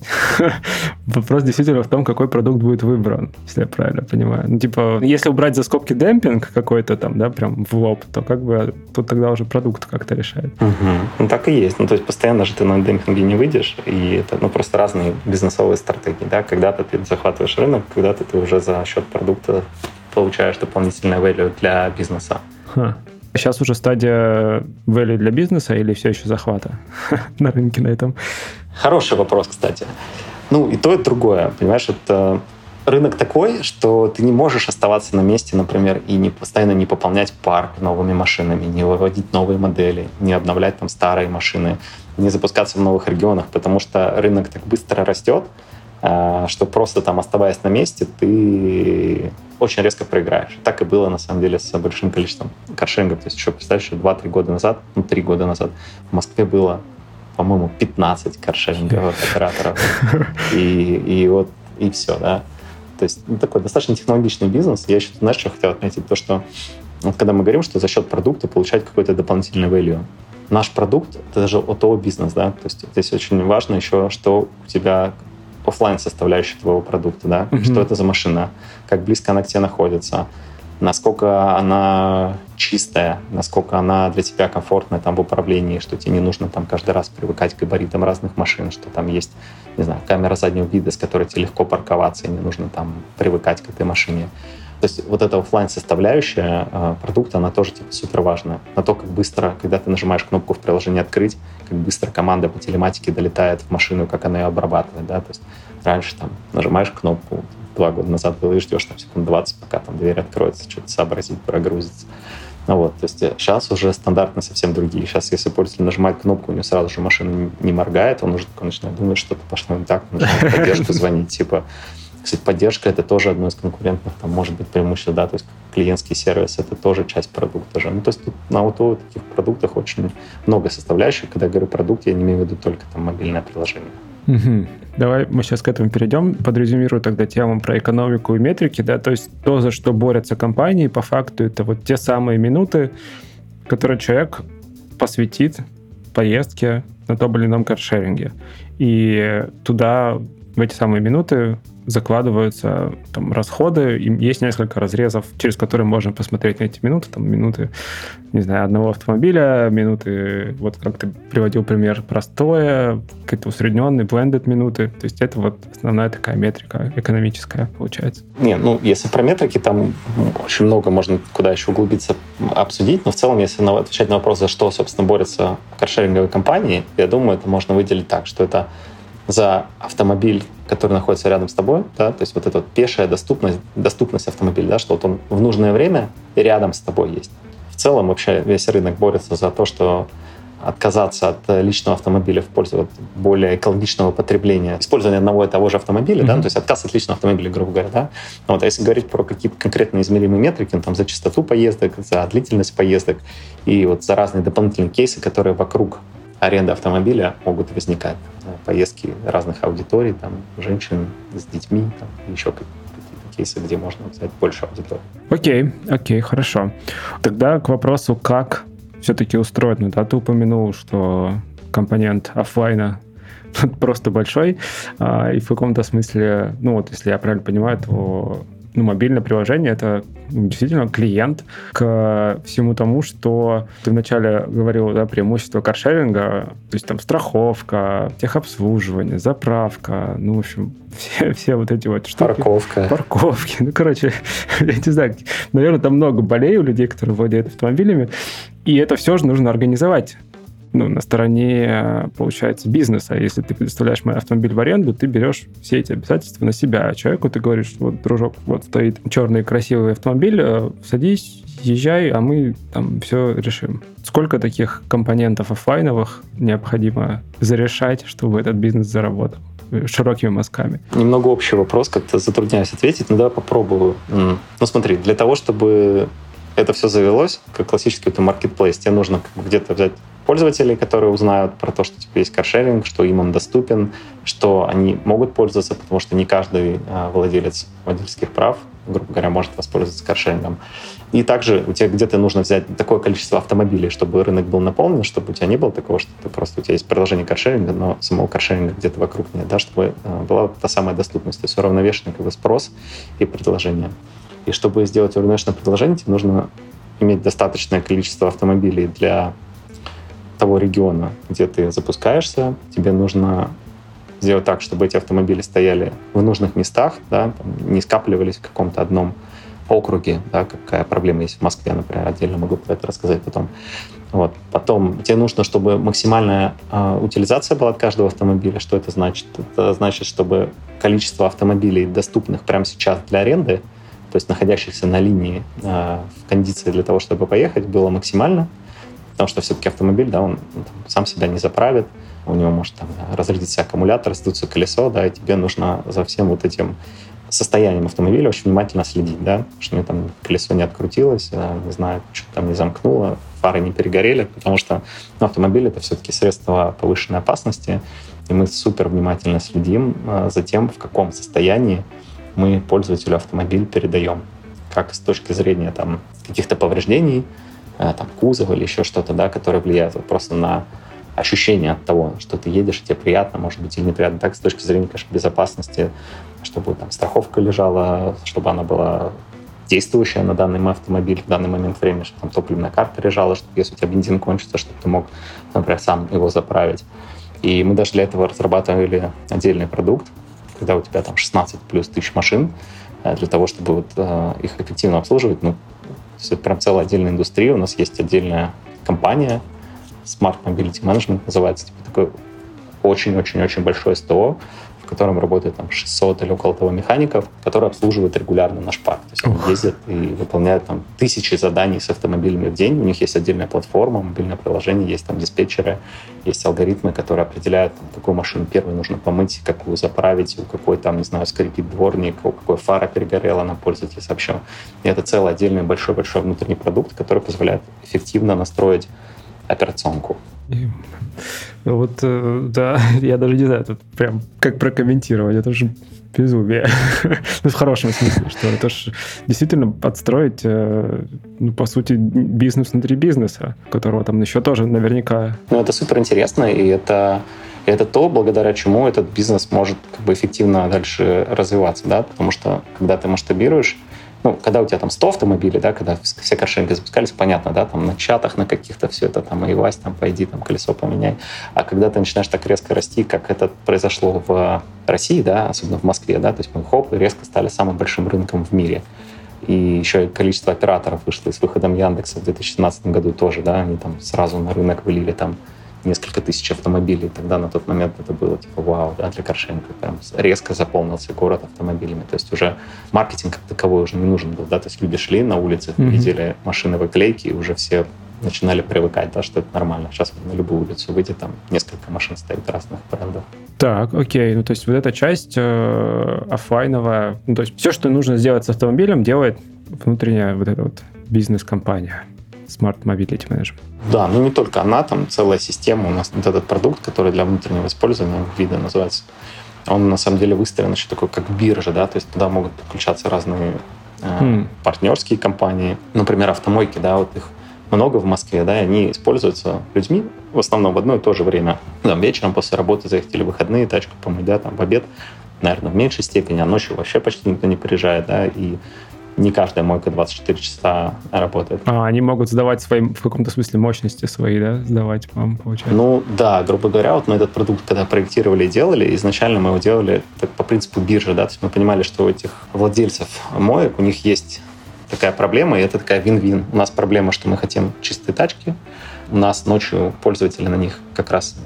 Вопрос действительно в том, какой продукт будет выбран, если я правильно понимаю. Ну, типа, если убрать за скобки демпинг какой-то там, да, прям в лоб, то как бы тут тогда уже продукт как-то решает. Ну, так и есть. Ну, то есть постоянно же ты на демпинге не выйдешь, и это, ну, просто разные бизнесовые стратегии, да. Когда-то ты захватываешь рынок, когда-то ты уже за счет продукта получаешь дополнительное value для бизнеса. Сейчас уже стадия value для бизнеса или все еще захвата на рынке на этом? Хороший вопрос, кстати. И то, и другое. Понимаешь, это рынок такой, что ты не можешь оставаться на месте, например, и постоянно не пополнять парк новыми машинами, не выводить новые модели, не обновлять там старые машины, не запускаться в новых регионах, потому что рынок так быстро растет, что просто там, оставаясь на месте, ты очень резко проиграешь. Так и было, на самом деле, с большим количеством каршерингов. То есть еще, представляешь, 2-3 года назад, 3 года назад в Москве было, по-моему, 15 каршеринговых операторов. И все, да. То есть такой достаточно технологичный бизнес. Я еще, знаешь, что хотел отметить? То, что когда мы говорим, что за счет продукта получать какой-то дополнительный value. Наш продукт — это даже ОТО бизнес, да. То есть здесь очень важно еще, что у тебя офлайн составляющая твоего продукта, да. Что это за машина, как близко она к тебе находится, насколько она чистая, насколько она для тебя комфортная там в управлении, что тебе не нужно там каждый раз привыкать к габаритам разных машин, что там есть, не знаю, камера заднего вида, с которой тебе легко парковаться, и не нужно там привыкать к этой машине. То есть вот эта офлайн-составляющая продукта, она тоже типа супер важная. На то, как быстро, когда ты нажимаешь кнопку в приложении «Открыть», как быстро команда по телематике долетает в машину, как она ее обрабатывает, да, то есть раньше там нажимаешь кнопку, 2 года назад было и ждешь там секунд 20, пока там дверь откроется, что-то сообразить, прогрузится. То есть сейчас уже стандарты совсем другие. Сейчас, если пользователь нажимает кнопку, у него сразу же машина не моргает, он уже такой начинает думать, что-то пошло не так, начинает в поддержку звонить. Кстати, поддержка — это тоже одно из конкурентных, там, может быть, преимуществ, да, то есть клиентский сервис — это тоже часть продукта же. То есть тут на таких продуктах очень много составляющих. Когда я говорю продукт, я не имею в виду только там мобильное приложение. Угу. Давай мы сейчас к этому перейдем. Подрезюмирую тогда тему про экономику и метрики, да, то есть то, за что борются компании, по факту это вот те самые минуты, которые человек посвятит поездке на том или ином каршеринге. И туда в эти самые минуты закладываются там расходы, и есть несколько разрезов, через которые можно посмотреть на эти минуты, там минуты, не знаю, одного автомобиля, минуты, вот как ты приводил пример, простое, какие-то усредненные, blended минуты, то есть это вот основная такая метрика экономическая получается. Если про метрики, там очень много можно куда еще углубиться, обсудить, но в целом, если отвечать на вопрос, за что, собственно, борются каршеринговые компании, я думаю, это можно выделить так, что это за автомобиль, который находится рядом с тобой, да, то есть вот эта вот пешая доступность автомобиля, да, что вот он в нужное время рядом с тобой есть. В целом вообще весь рынок борется за то, что отказаться от личного автомобиля в пользу вот более экологичного потребления, использования одного и того же автомобиля, да, то есть отказ от личного автомобиля, грубо говоря, да. А если говорить про какие-то конкретно измеримые метрики, там, за частоту поездок, за длительность поездок и вот за разные дополнительные кейсы, которые вокруг аренды автомобиля могут возникать. Поездки разных аудиторий, там, женщин с детьми, там, еще какие-то кейсы, где можно взять больше аудитории. Окей, хорошо. Тогда к вопросу, как все-таки устроено. Да, ты упомянул, что компонент офлайна просто большой, и в каком-то смысле, если я правильно понимаю, то мобильное приложение — это действительно клиент к всему тому, что ты вначале говорил, да, преимущество каршеринга, то есть там страховка, техобслуживание, заправка, в общем, все вот эти вот штуки. Парковки. Я не знаю, наверное, там много болей у людей, которые владеют автомобилями, и это все же нужно организовать. На стороне, получается, бизнеса. Если ты предоставляешь мой автомобиль в аренду, ты берешь все эти обязательства на себя. А человеку ты говоришь, что вот, дружок, вот стоит черный красивый автомобиль, садись, езжай, а мы там все решим. Сколько таких компонентов офлайновых необходимо зарешать, чтобы этот бизнес заработал широкими мазками? Немного общий вопрос, как-то затрудняюсь ответить, но давай попробую. Смотри, для того, чтобы это все завелось, как классический маркетплейс, тебе нужно где-то взять пользователей, которые узнают про то, что есть каршеринг, что им он доступен, что они могут пользоваться, потому что не каждый владелец водительских прав, грубо говоря, может воспользоваться каршерингом. И также у тебя где-то нужно взять такое количество автомобилей, чтобы рынок был наполнен, чтобы у тебя не было такого, что у тебя есть приложение каршеринга, но самого каршеринга где-то вокруг нет, да, чтобы была та самая доступность, то есть уравновешенный спрос и предложение. И чтобы сделать уравновешенное предложение, тебе нужно иметь достаточное количество автомобилей для того региона, где ты запускаешься. Тебе нужно сделать так, чтобы эти автомобили стояли в нужных местах, да, не скапливались в каком-то одном округе, да, какая проблема есть в Москве, например, отдельно могу про это рассказать потом. Вот. Потом тебе нужно, чтобы максимальная утилизация была от каждого автомобиля. Что это значит? Это значит, чтобы количество автомобилей, доступных прямо сейчас для аренды, то есть находящихся на линии в кондиции для того, чтобы поехать, было максимально. Потому что все-таки автомобиль, да, он сам себя не заправит, у него может там разрядиться аккумулятор, сдуться колесо, да, и тебе нужно за всем вот этим состоянием автомобиля очень внимательно следить, да, что у меня там колесо не открутилось, не знаю, что-то там не замкнуло, фары не перегорели, потому что автомобиль — это все-таки средство повышенной опасности, и мы супер внимательно следим за тем, в каком состоянии мы пользователю автомобиль передаем, как с точки зрения там каких-то повреждений, там кузова или еще что-то, да, которое влияет просто на ощущение от того, что ты едешь, и тебе приятно, может быть, или неприятно. Так, с точки зрения, конечно, безопасности, чтобы там страховка лежала, чтобы она была действующая на данный автомобиль в данный момент времени, чтобы там топливная карта лежала, чтобы если у тебя бензин кончится, чтобы ты мог, например, сам его заправить. И мы даже для этого разрабатывали отдельный продукт, когда у тебя там 16 плюс тысяч машин, для того, чтобы вот их эффективно обслуживать. Ну, это прям целая отдельная индустрия. У нас есть отдельная компания, Smart Mobility Management называется, типа такой очень-очень-очень большой СТО, в котором работает там 600 или около того механиков, которые обслуживают регулярно наш парк. То есть они ездят и выполняют там тысячи заданий с автомобилями в день. У них есть отдельная платформа, мобильное приложение, есть там диспетчеры, есть алгоритмы, которые определяют, там, какую машину первую нужно помыть, какую заправить, у какой там, не знаю, скрипит дворник, у какой фара перегорела, нам пользователь сообщил. И это целый отдельный большой-большой внутренний продукт, который позволяет эффективно настроить операционку. Вот, да, я даже не знаю, тут прям как прокомментировать, это же безумие. Ну, в хорошем смысле, что это же действительно подстроить, ну, по сути, бизнес внутри бизнеса, которого там еще тоже наверняка... Ну, это супер интересно, и это то, благодаря чему этот бизнес может как бы эффективно дальше развиваться, да, потому что когда ты масштабируешь, ну, когда у тебя там 100 автомобилей, да, когда все каршеринги запускались, понятно, да, там на чатах, на каких-то все это, там, и Вась, там, пойди, там, колесо поменяй. А когда ты начинаешь так резко расти, как это произошло в России, да, особенно в Москве, да, то есть мы, хоп, резко стали самым большим рынком в мире. И еще и количество операторов вышло, и с выходом Яндекса в 2017 году тоже, да, они там сразу на рынок вылили там несколько тысяч автомобилей. Тогда на тот момент это было типа вау, да, для каршеринга. Прям резко заполнился город автомобилями. То есть уже маркетинг как таковой уже не нужен был. Да? То есть люди шли на улице, видели машины в оклейке, и уже все начинали привыкать, да, что это нормально. Сейчас на любую улицу выйти, там несколько машин стоит разных брендов. Так, окей. Ну, то есть вот эта часть оффлайновая, ну, то есть все, что нужно сделать с автомобилем, делает внутренняя вот эта вот бизнес-компания. Smart Mobility Management. Да, ну не только она, там целая система. У нас вот этот продукт, который для внутреннего использования вида называется, он на самом деле выстроен еще такой, как биржа, да, то есть туда могут подключаться разные партнерские компании. Например, автомойки, да, вот их много в Москве, да, и они используются людьми в основном в одно и то же время. Там вечером после работы заехали выходные, тачку помыть, да, там в обед, наверное, в меньшей степени, а ночью вообще почти никто не приезжает, да, и не каждая мойка 24 часа работает. Они могут сдавать своим, в каком-то смысле, мощности свои, да? Сдавать вам, получается? Ну, да, грубо говоря, вот мы этот продукт, когда проектировали и делали, изначально мы его делали так, по принципу биржи, да, то есть мы понимали, что у этих владельцев моек, у них есть такая проблема, и это такая вин-вин. У нас проблема, что мы хотим чистые тачки, у нас ночью пользователи на них как раз,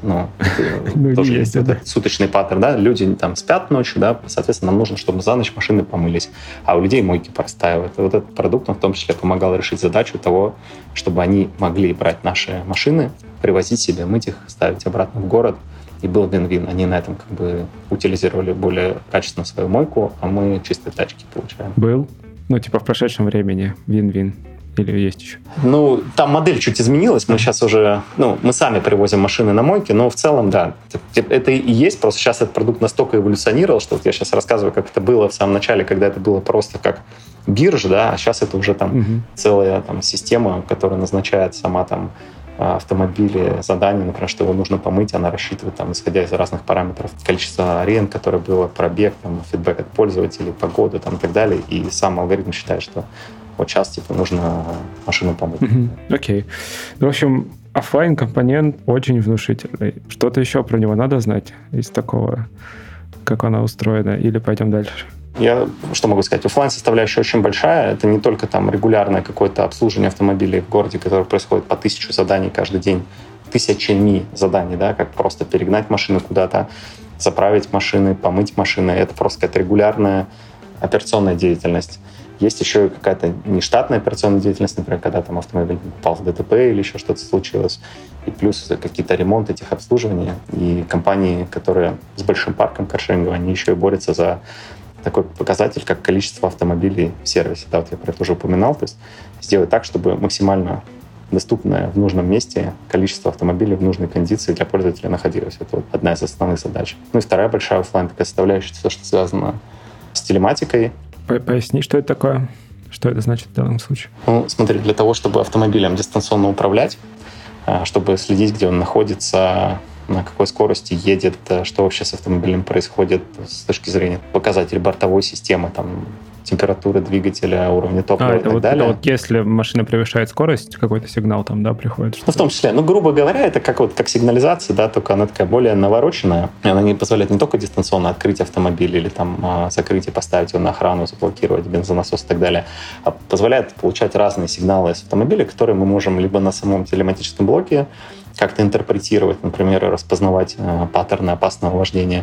тоже есть этот суточный паттерн, да, люди там спят ночью, да, соответственно, нам нужно, чтобы за ночь машины помылись, а у людей мойки простаивают. И вот этот продукт, он в том числе помогал решить задачу того, чтобы они могли брать наши машины, привозить себе, мыть их, ставить обратно в город, и был вин-вин. Они на этом как бы утилизировали более качественно свою мойку, а мы чистые тачки получаем. Был? Ну, типа в прошедшем времени вин-вин. Или есть еще? Ну, там модель чуть изменилась. Мы сейчас уже... мы сами привозим машины на мойки, но в целом, да, это и есть. Просто сейчас этот продукт настолько эволюционировал, что вот я сейчас рассказываю, как это было в самом начале, когда это было просто как биржа, да, а сейчас это уже там целая там система, которая назначает сама там автомобили, задание, например, что его нужно помыть, она рассчитывает, там, исходя из разных параметров, количество аренд, которое было, пробег, там, фидбэк от пользователей, погода там, и так далее. И сам алгоритм считает, что вот сейчас типа нужно машину помыть. Окей. Ну, в общем, офлайн компонент очень внушительный. Что-то еще про него надо знать из такого, как она устроена, или пойдем дальше? Я что могу сказать? Оффлайн-составляющая очень большая. Это не только там регулярное какое-то обслуживание автомобилей в городе, которое происходит по 1000 заданий каждый день, тысячами заданий, да, как просто перегнать машину куда-то, заправить машины, помыть машины. Это просто какая-то регулярная операционная деятельность. Есть еще и какая-то нештатная операционная деятельность, например, когда там автомобиль попал в ДТП или еще что-то случилось. И плюс какие-то ремонты, техобслуживания. И компании, которые с большим парком каршеринговых, они еще и борются за такой показатель, как количество автомобилей в сервисе. Да, вот я про это уже упоминал. То есть сделать так, чтобы максимально доступное в нужном месте количество автомобилей в нужной кондиции для пользователя находилось. Это вот одна из основных задач. Ну и вторая большая оффлайн такая составляющая, все, что связано с телематикой. Поясни, что это такое? Что это значит в данном случае? Ну, смотри, для того, чтобы автомобилем дистанционно управлять, чтобы следить, где он находится, на какой скорости едет, что вообще с автомобилем происходит с точки зрения показателей бортовой системы, там, температуры двигателя, уровня топлива и так далее. Это вот если машина превышает скорость, какой-то сигнал там, да, приходит? Ну, в том числе. Ну, грубо говоря, это как сигнализация, да, только она такая более навороченная. И она не позволяет не только дистанционно открыть автомобиль или там закрыть и поставить его на охрану, заблокировать бензонасос и так далее, а позволяет получать разные сигналы из автомобиля, которые мы можем либо на самом телематическом блоке как-то интерпретировать, например, распознавать паттерны опасного вождения,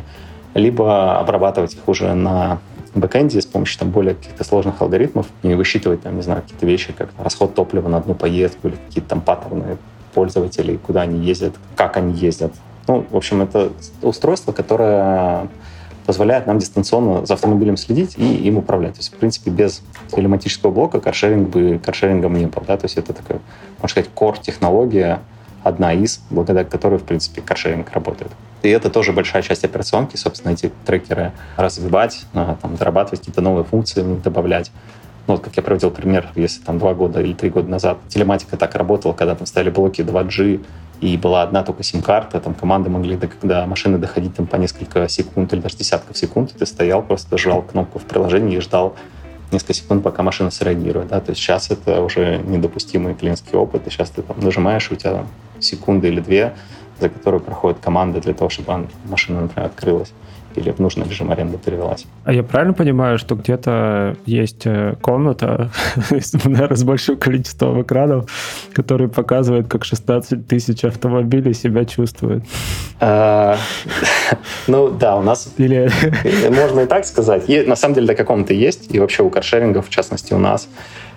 либо обрабатывать их уже на бэкэнде с помощью там более каких-то сложных алгоритмов и высчитывать там, не знаю, какие-то вещи, как расход топлива на одну поездку или какие-то там паттерны пользователей, куда они ездят, как они ездят. Ну, в общем, это устройство, которое позволяет нам дистанционно за автомобилем следить и им управлять. То есть, в принципе, без телематического блока каршеринг бы каршерингом не был. Да? То есть это такая, можно сказать, core-технология, одна из, благодаря которой, в принципе, каршеринг работает. И это тоже большая часть операционки, собственно, эти трекеры развивать, там, дорабатывать какие-то новые функции, добавлять. Ну, вот как я приводил пример, если там 2 года или 3 года назад телематика так работала, когда там ставили блоки 2G, и была одна только сим-карта, там команды могли до машины доходить там, по несколько секунд или даже десятков секунд, и ты стоял, просто жал кнопку в приложении и ждал несколько секунд, пока машина среагирует. Да? То есть сейчас это уже недопустимый клиентский опыт, и сейчас ты там нажимаешь, у тебя там, секунды или 2, за которые проходит команда для того, чтобы машина, например, открылась или в нужный режим аренды перевелась. А я правильно понимаю, что где-то есть комната, наверное, с большим количеством экранов, которые показывают, как 16 тысяч автомобилей себя чувствуют? Ну да, у нас можно и так сказать. На самом деле до каком-то есть, и вообще у каршерингов, в частности у нас,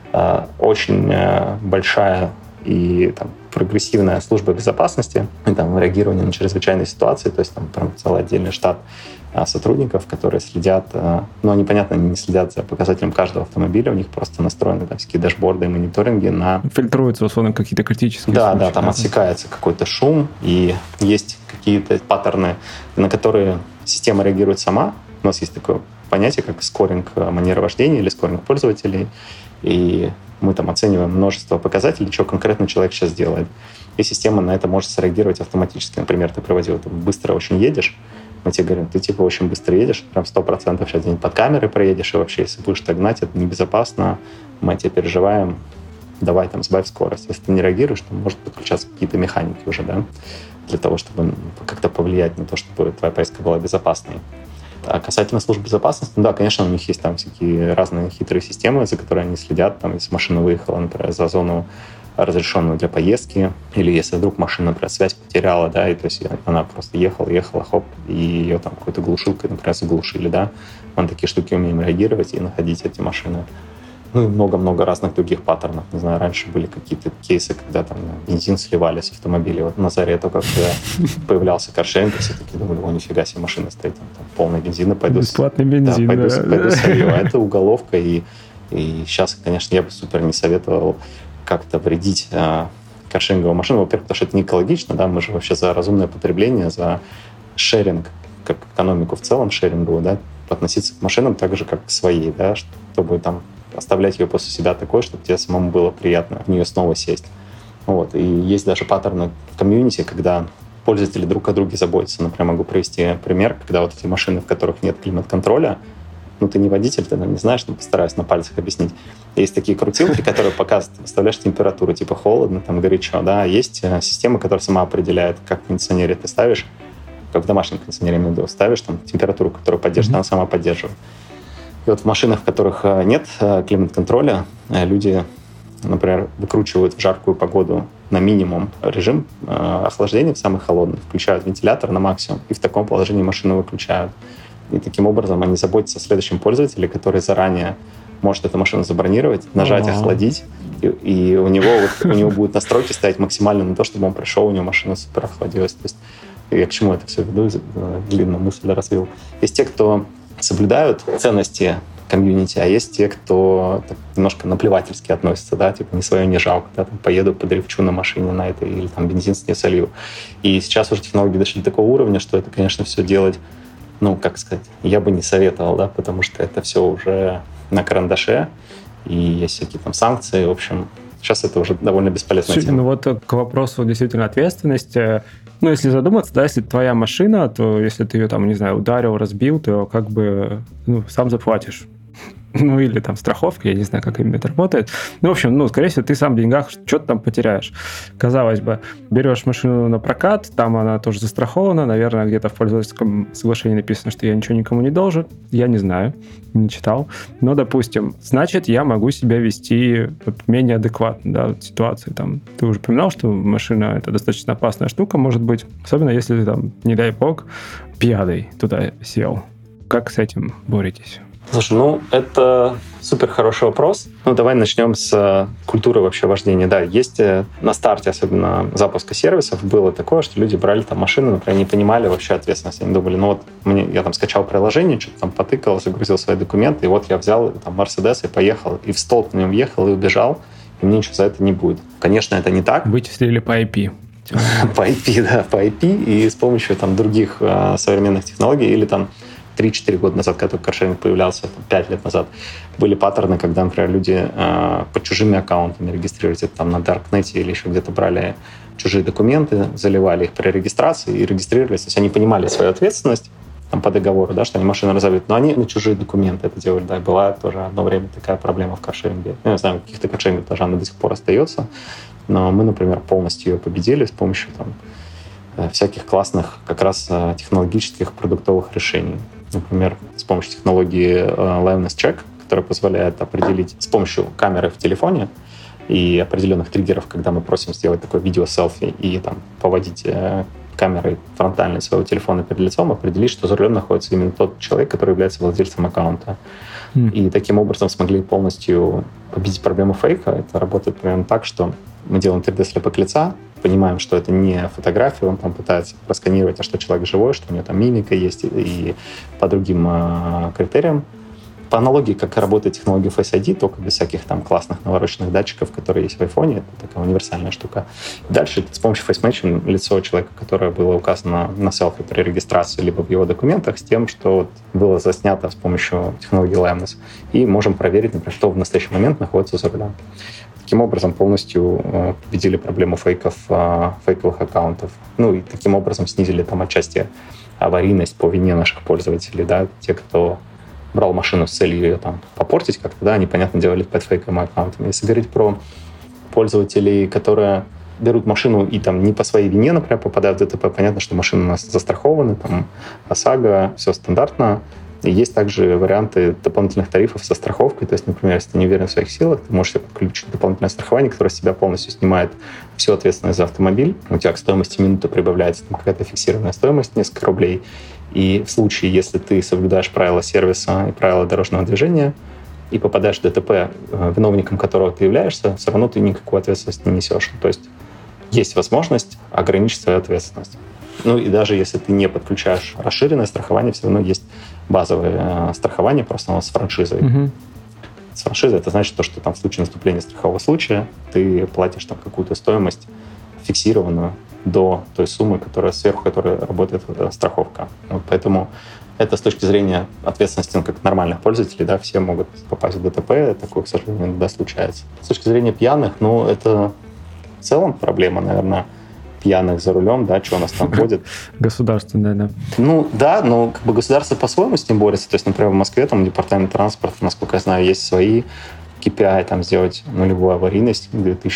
очень большая и там, прогрессивная служба безопасности, и там реагирование на чрезвычайные ситуации, то есть там прям целый отдельный штат сотрудников, которые следят, ну, они, понятно, не следят за показателем каждого автомобиля, у них просто настроены там всякие дашборды и мониторинги на... Фильтруются, условно, какие-то критические случаи. Да, там отсекается какой-то шум, и есть какие-то паттерны, на которые система реагирует сама. У нас есть такое понятие, как скоринг манеры вождения или скоринг пользователей, и мы там оцениваем множество показателей, что конкретно человек сейчас делает. И система на это может среагировать автоматически. Например, ты проводил, ты быстро очень едешь, мы тебе говорим, ты типа очень быстро едешь, прям 100% сейчас где-нибудь под камерой проедешь, и вообще, если будешь так гнать, это небезопасно, мы тебя переживаем, давай там сбавь скорость. Если ты не реагируешь, то может подключаться какие-то механики уже, да, для того, чтобы как-то повлиять на то, чтобы твоя поездка была безопасной. А касательно служб безопасности, ну да, конечно, у них есть там всякие разные хитрые системы, за которые они следят. Там, если машина выехала, например, за зону, разрешенную для поездки, или если вдруг машина, например, связь потеряла, да, и то есть она просто ехала, хоп, и ее там какой-то глушилкой, например, заглушили, да. Мы на такие штуки умеем реагировать и находить эти машины. Ну и много-много разных других паттернов. Не знаю, раньше были какие-то кейсы, когда там бензин сливали с автомобилей. Вот на заре только когда появлялся каршеринг, все такие думали, о, нифига себе, машина стоит, там полный бензин, пойду... Бесплатный бензин, да. Пойду солью. А это уголовка, и сейчас, конечно, я бы супер не советовал как-то вредить каршеринговую машину. Во-первых, потому что это не экологично, да, мы же вообще за разумное потребление, за шеринг, как экономику в целом шеринговую, да, относиться к машинам так же, как к своей, да, чтобы там оставлять ее после себя такой, чтобы тебе самому было приятно в нее снова сесть. Вот. И есть даже паттерны в комьюнити, когда пользователи друг о друге заботятся. Например, могу привести пример, когда вот эти машины, в которых нет климат-контроля, ну, ты не водитель, ты не знаешь, но постараюсь на пальцах объяснить. Есть такие крутилки, которые показывают, выставляешь температуру, типа холодно, там горячо, да. Есть система, которая сама определяет, как в кондиционере ты ставишь, как в домашнем кондиционере ставишь, там температуру, которую поддерживает, она сама поддерживает. И вот в машинах, в которых нет климат-контроля, люди, например, выкручивают в жаркую погоду на минимум режим охлаждения в самый холодный, включают вентилятор на максимум, и в таком положении машину выключают. И таким образом они заботятся о следующем пользователе, который заранее может эту машину забронировать, нажать «охладить», и у него будут настройки ставить максимально на то, чтобы он пришел, у него машина супер охладилась. То есть я к чему это все веду, длинную мысль развил. Есть те, кто соблюдают ценности комьюнити, а есть те, кто так, немножко наплевательски относятся, да, типа не свое не жалко, да, там, поеду подрифчу на машине на этой, или там бензин с ней солью. И сейчас уже технологии дошли до такого уровня, что это, конечно, все делать, как сказать, я бы не советовал, да, потому что это все уже на карандаше, и есть всякие там санкции, в общем, сейчас это уже довольно бесполезная тема. Ну вот к вопросу действительно ответственности, если задуматься, да, если твоя машина, то если ты ее там, не знаю, ударил, разбил, то как бы сам заплатишь. Или там страховка, я не знаю, как именно это работает. В общем, скорее всего, ты сам в деньгах что-то там потеряешь. Казалось бы, берешь машину на прокат, там она тоже застрахована, наверное, где-то в пользовательском соглашении написано, что я ничего никому не должен. Я не знаю, не читал. Но, допустим, значит, я могу себя вести менее адекватно, да, в ситуации. Там, ты уже упоминал, что машина — это достаточно опасная штука, может быть, особенно если ты там, не дай бог, пьяный туда сел. Как с этим боретесь? Слушай, это супер хороший вопрос. Давай начнем с культуры вообще вождения. Да, есть на старте, особенно запуска сервисов, было такое, что люди брали там машину, например, не понимали вообще ответственность. Они думали, я там скачал приложение, что-то там потыкал, загрузил свои документы, и я взял там Мерседес и поехал, и в столб на нем въехал и убежал, и мне ничего за это не будет. Конечно, это не так. Вычислили по IP. По IP, да, по IP, и с помощью там других современных технологий, или там 3-4 года назад, когда только каршеринг появлялся, 5 лет назад, были паттерны, когда, например, люди под чужими аккаунтами регистрировались, это там на Даркнете или еще где-то брали чужие документы, заливали их при регистрации и регистрировались. То есть они понимали свою ответственность там, по договору, да, что они машину разобьют, но они на чужие документы это делали. Да, была тоже одно время такая проблема в каршеринге. Я не знаю, в каких-то каршерингах даже она до сих пор остается, но мы, например, полностью ее победили с помощью всяких классных как раз технологических продуктовых решений. Например, с помощью технологии Liveness Check, которая позволяет определить с помощью камеры в телефоне и определенных триггеров, когда мы просим сделать такое видео-селфи и там поводить камерой фронтальной своего телефона перед лицом, определить, что за рулем находится именно тот человек, который является владельцем аккаунта. И таким образом смогли полностью победить проблему фейка. Это работает примерно так, что мы делаем 3D-слепок лица, понимаем, что это не фотография, он там пытается просканировать, а что человек живой, что у него там мимика есть и по другим критериям. По аналогии, как работает технология Face ID, только без всяких там классных навороченных датчиков, которые есть в iPhone, это такая универсальная штука. Дальше с помощью Face Matching лицо человека, которое было указано на селфи при регистрации, либо в его документах, с тем, что было заснято с помощью технологии Liveness. И можем проверить, например, что в настоящий момент находится за рулем. Таким образом, полностью победили проблему фейковых аккаунтов. И таким образом снизили там отчасти аварийность по вине наших пользователей. Да? Те, кто брал машину с целью ее там попортить как-то, да, они, понятно, делали под фейковыми аккаунтами. Если говорить про пользователей, которые берут машину и там не по своей вине, например, попадают в ДТП, понятно, что машины у нас застрахованы, там ОСАГО, все стандартно. И есть также варианты дополнительных тарифов со страховкой. То есть, например, если ты не уверен в своих силах, ты можешь себе подключить дополнительное страхование, которое с себя полностью снимает всю ответственность за автомобиль. У тебя к стоимости минуты прибавляется там какая-то фиксированная стоимость, несколько рублей. И в случае, если ты соблюдаешь правила сервиса и правила дорожного движения и попадаешь в ДТП, виновником которого ты являешься, все равно ты никакой ответственности не несешь. То есть есть возможность ограничить свою ответственность. И даже если ты не подключаешь расширенное страхование, все равно есть базовое страхование, просто оно с франшизой. Угу. С франшизой это значит, что там в случае наступления страхового случая ты платишь там какую-то стоимость фиксированную до той суммы, сверху которой работает страховка. Поэтому это с точки зрения ответственности как нормальных пользователей, да, все могут попасть в ДТП, такое, к сожалению, иногда случается. С точки зрения пьяных, это в целом проблема, наверное, пьяных за рулем, да, что у нас там ходит. Государственное, да. Да, но государство по-своему с ним борется. То есть, например, в Москве там департамент транспорта, насколько я знаю, есть свои KPI, там сделать нулевую аварийность к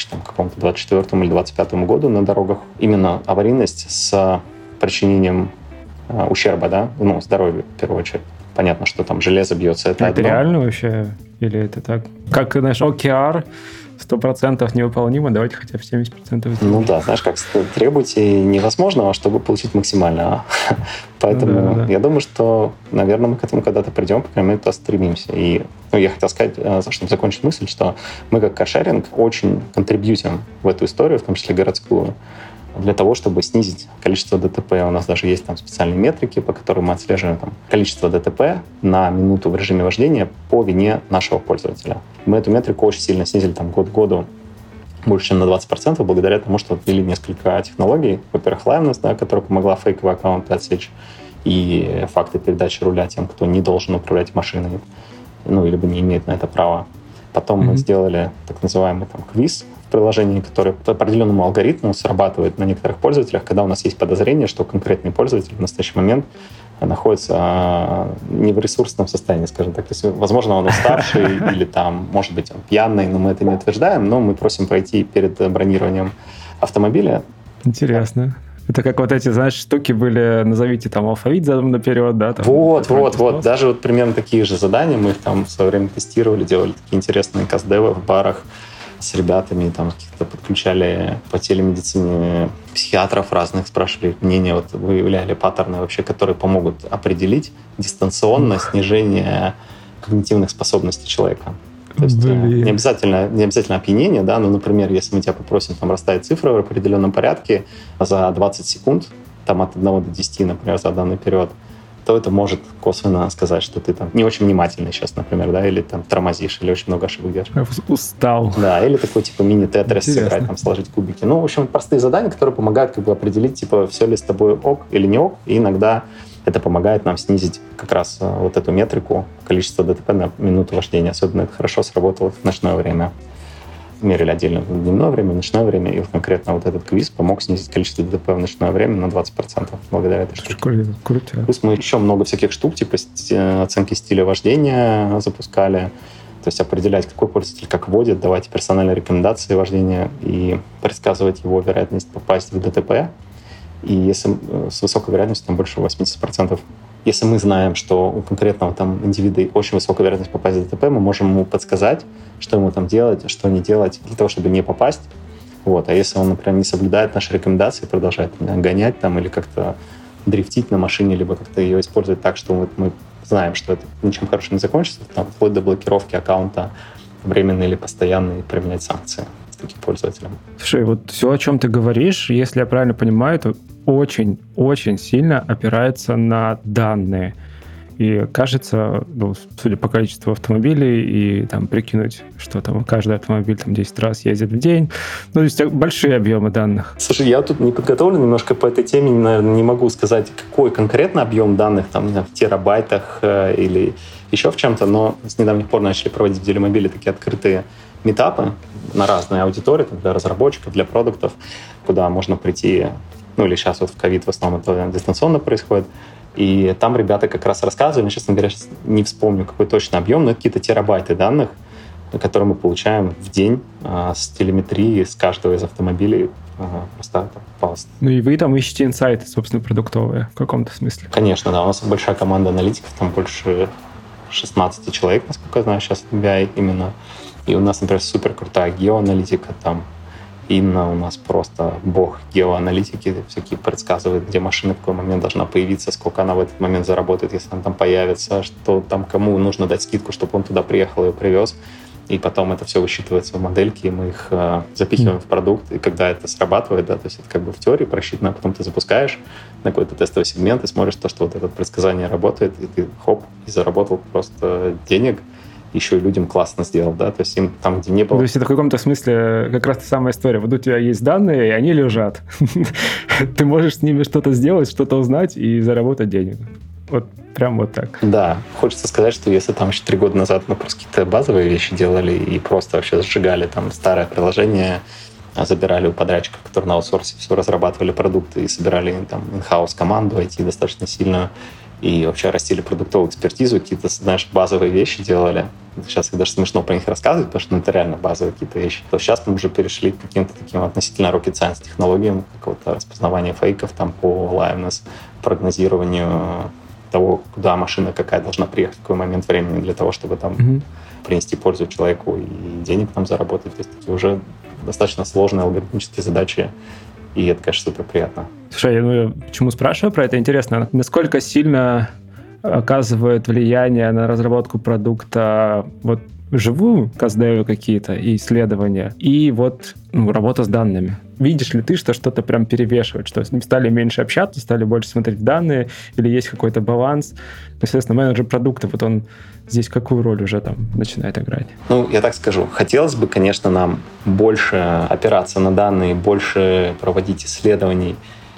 2024 или 2025 году на дорогах. Именно аварийность с причинением ущерба, да, здоровью, в первую очередь. Понятно, что там железо бьется, это одно. Реально вообще? Или это так? Как, знаешь, OKR 100% невыполнимо, давайте хотя бы 70% сделаем. Ну да, знаешь, как требуйте невозможного, чтобы получить максимально. Поэтому я думаю, что, наверное, мы к этому когда-то придем, по крайней мере, туда стремимся. И я хотел сказать, чтобы закончить мысль, что мы как каршеринг очень контрибьютим в эту историю, в том числе городскую, для того, чтобы снизить количество ДТП. У нас даже есть там специальные метрики, по которым мы отслеживаем там, количество ДТП на минуту в режиме вождения по вине нашего пользователя. Мы эту метрику очень сильно снизили там, год к году больше, чем на 20%, благодаря тому, что ввели несколько технологий. Во-первых, liveness, да, которая помогла фейковые аккаунты отсечь, и факты передачи руля тем, кто не должен управлять машиной, ну, либо не имеет на это права. Потом мы сделали так называемый там, квиз в приложении, который по определенному алгоритму срабатывает на некоторых пользователях, когда у нас есть подозрение, что конкретный пользователь в настоящий момент находится не в ресурсном состоянии, скажем так. То есть, возможно, он уставший или там, может быть, он пьяный, но мы это не утверждаем, но мы просим пройти перед бронированием автомобиля. Интересно. Это как вот эти, знаешь, штуки были, назовите там алфавит задом наперед, да? Там, вот. Даже вот примерно такие же задания мы их там в свое время тестировали, делали такие интересные кастдевы в барах с ребятами, там каких-то подключали по телемедицине психиатров разных, спрашивали их мнение, вот выявляли паттерны вообще, которые помогут определить дистанционно снижение когнитивных способностей человека. То есть не обязательно опьянение, да, но, например, если мы тебя попросим там расставить цифры в определенном порядке за 20 секунд, там от 1 до 10, например, за данный период, то это может косвенно сказать, что ты там не очень внимательный сейчас, например, да, или там тормозишь, или очень много ошибок делаешь. Устал. Да, или такой типа мини-тетрис сыграть, там, сложить кубики. Ну, в общем, простые задания, которые помогают как бы определить, типа, все ли с тобой ок или не ок, и иногда это помогает нам снизить как раз вот эту метрику, количество ДТП на минуту вождения. Особенно это хорошо сработало в ночное время. Мерили отдельно в дневное время, в ночное время, и конкретно вот этот квиз помог снизить количество ДТП в ночное время на 20% благодаря этой штуке. Круто. Плюс мы еще много всяких штук, типа оценки стиля вождения запускали, то есть определять, какой пользователь как водит, давать персональные рекомендации вождения и предсказывать его вероятность попасть в ДТП. И если с высокой вероятностью, там больше 80%. Если мы знаем, что у конкретного там индивида очень высокая вероятность попасть в ДТП, мы можем ему подсказать, что ему там делать, что не делать, для того, чтобы не попасть. Вот. А если он, например, не соблюдает наши рекомендации, продолжает гонять там или как-то дрифтить на машине, либо как-то ее использовать так, что вот мы знаем, что это ничем хорошим не закончится, там, вплоть до блокировки аккаунта временной или постоянной, применять санкции с таким пользователем. Слушай, вот все, о чем ты говоришь, если я правильно понимаю, это очень сильно опирается на данные. И кажется, ну, судя по количеству автомобилей, и там прикинуть, что там каждый автомобиль там 10 раз ездит в день, ну, то есть большие объемы данных. Слушай, я тут не подготовлен немножко по этой теме, наверное, не могу сказать, какой конкретно объем данных, там, не знаю, в терабайтах или еще в чем-то, но с недавних пор начали проводить в Делимобиле такие открытые митапы на разные аудитории, там, для разработчиков, для продуктов, куда можно прийти, ну, или сейчас вот в ковид в основном это дистанционно происходит. И там ребята как раз рассказывали, честно говоря, сейчас не вспомню, какой точно объем, но это какие-то терабайты данных, которые мы получаем в день с телеметрии с каждого из автомобилей. Просто попалось. Ну и вы там ищете инсайты, собственно, продуктовые в каком-то смысле. Конечно, да. У нас большая команда аналитиков, там больше 16 человек, насколько я знаю, сейчас в BI именно. И у нас, например, супер крутая геоаналитика, там Инна у нас просто бог геоаналитики, всякие предсказывает, где машина в какой момент должна появиться, сколько она в этот момент заработает, если она там появится, что там кому нужно дать скидку, чтобы он туда приехал и привез. И потом это все высчитывается в модельки, и мы их запихиваем в продукт, и когда это срабатывает, да, то есть это как бы в теории просчитано, а потом ты запускаешь на какой-то тестовый сегмент и смотришь то, что вот это предсказание работает, и ты хоп, и заработал просто денег, еще и людям классно сделал, да, то есть им там, где не было... То есть это в каком-то смысле как раз та самая история. Вот у тебя есть данные, и они лежат. Ты можешь с ними что-то сделать, что-то узнать и заработать денег. Вот прям вот так. Да, хочется сказать, что если там еще 3 года назад мы просто какие-то базовые вещи делали и просто вообще сжигали там старое приложение, забирали у подрядчиков, которые на аутсорсе все разрабатывали продукты и собирали там in-house команду IT достаточно сильно, и вообще растили продуктовую экспертизу, какие-то, знаешь, базовые вещи делали. Сейчас даже смешно про них рассказывать, потому что это реально базовые какие-то вещи. То сейчас мы уже перешли к каким-то таким относительно rocket science технологиям, какого-то распознавания фейков там по liveness, прогнозированию того, куда машина какая должна приехать, в какой момент времени для того, чтобы там принести пользу человеку и денег там заработать. То есть такие уже достаточно сложные алгоритмические задачи, и это, конечно, супер приятно. Слушай, я почему спрашиваю про это? Интересно, насколько сильно оказывает влияние на разработку продукта вот живую каздевы какие-то и исследования, и вот работа с данными. Видишь ли ты, что что-то прям перевешивает, что с ним стали меньше общаться, стали больше смотреть в данные, или есть какой-то баланс? Естественно, менеджер продукта, вот он здесь какую роль уже там начинает играть? Ну, я так скажу. Хотелось бы, конечно, нам больше опираться на данные, больше проводить исследований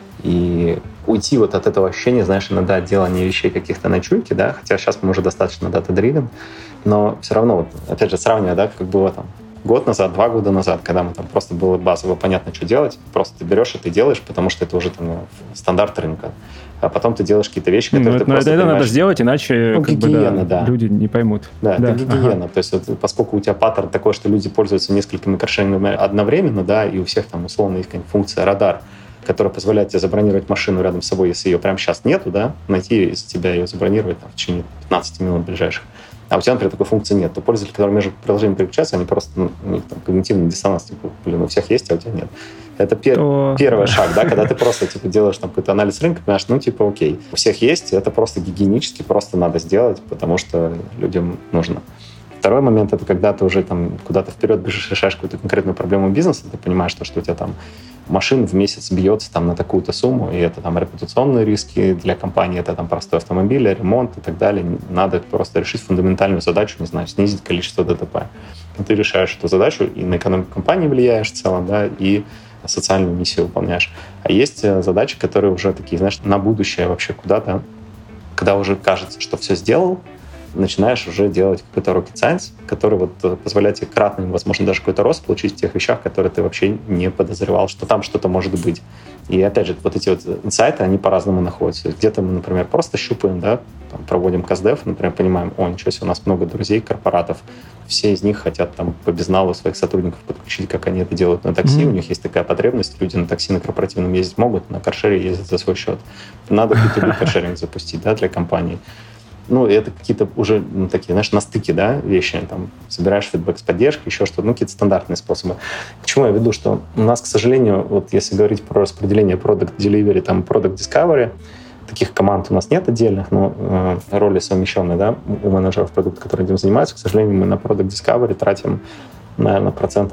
и уйти вот от этого ощущения, знаешь, иногда от делания вещей каких-то на чуйке, да, хотя сейчас мы уже достаточно data-driven, но все равно, вот, опять же, сравнивая, да, как было там год назад, 2 года назад, когда мы там просто было базово понятно, что делать, просто ты берешь и ты делаешь, потому что это уже там стандарт рынка. А потом ты делаешь какие-то вещи, которые ты просто это надо сделать, иначе люди не поймут. Да, это гигиена. То есть вот, поскольку у тебя паттерн такой, что люди пользуются несколькими каршерингами одновременно, да, и у всех там условно есть какая-нибудь функция радар, которая позволяет тебе забронировать машину рядом с собой, если ее прямо сейчас нету, да, найти из тебя ее забронировать там, в течение 15 минут ближайших. А у тебя, например, такой функции нет. То пользователи, которые между приложениями переключаются, они просто, у них там когнитивный диссонанс, типа, у всех есть, а у тебя нет. Это первый шаг, да, когда ты просто типа делаешь там какой-то анализ рынка, понимаешь, окей, у всех есть, это просто гигиенически, просто надо сделать, потому что людям нужно. Второй момент — это когда ты уже там куда-то вперед бежишь, решаешь какую-то конкретную проблему бизнеса, ты понимаешь, что у тебя там машин в месяц бьется там на такую-то сумму, и это там репутационные риски для компании, это там простой автомобиль, ремонт и так далее. Надо просто решить фундаментальную задачу, не знаю, снизить количество ДТП. И ты решаешь эту задачу, и на экономику компании влияешь в целом, да, и социальную миссию выполняешь. А есть задачи, которые уже такие, знаешь, на будущее вообще куда-то, когда уже кажется, что все сделал, начинаешь уже делать какой-то rocket science, который вот позволяет тебе кратный, возможно, даже какой-то рост получить в тех вещах, которые ты вообще не подозревал, что там что-то может быть. И опять же, вот эти вот инсайты, они по-разному находятся. Где-то мы, например, просто щупаем, да, там, проводим каздев, например, понимаем, ничего себе, у нас много друзей, корпоратов, все из них хотят там по безналу своих сотрудников подключить, как они это делают на такси, у них есть такая потребность, люди на такси на корпоративном ездить могут, на каршере ездить за свой счет. Надо B2B каршеринг запустить, да, для компаний. Это какие-то уже такие, знаешь, на стыке, да, вещи. Там собираешь фидбэк с поддержкой, еще что-то, какие-то стандартные способы. К чему я веду, что у нас, к сожалению, вот если говорить про распределение product delivery, там, product discovery, таких команд у нас нет отдельных, но роли совмещенные, да, у менеджеров продукта, которые этим занимаются. К сожалению, мы на product discovery тратим, наверное,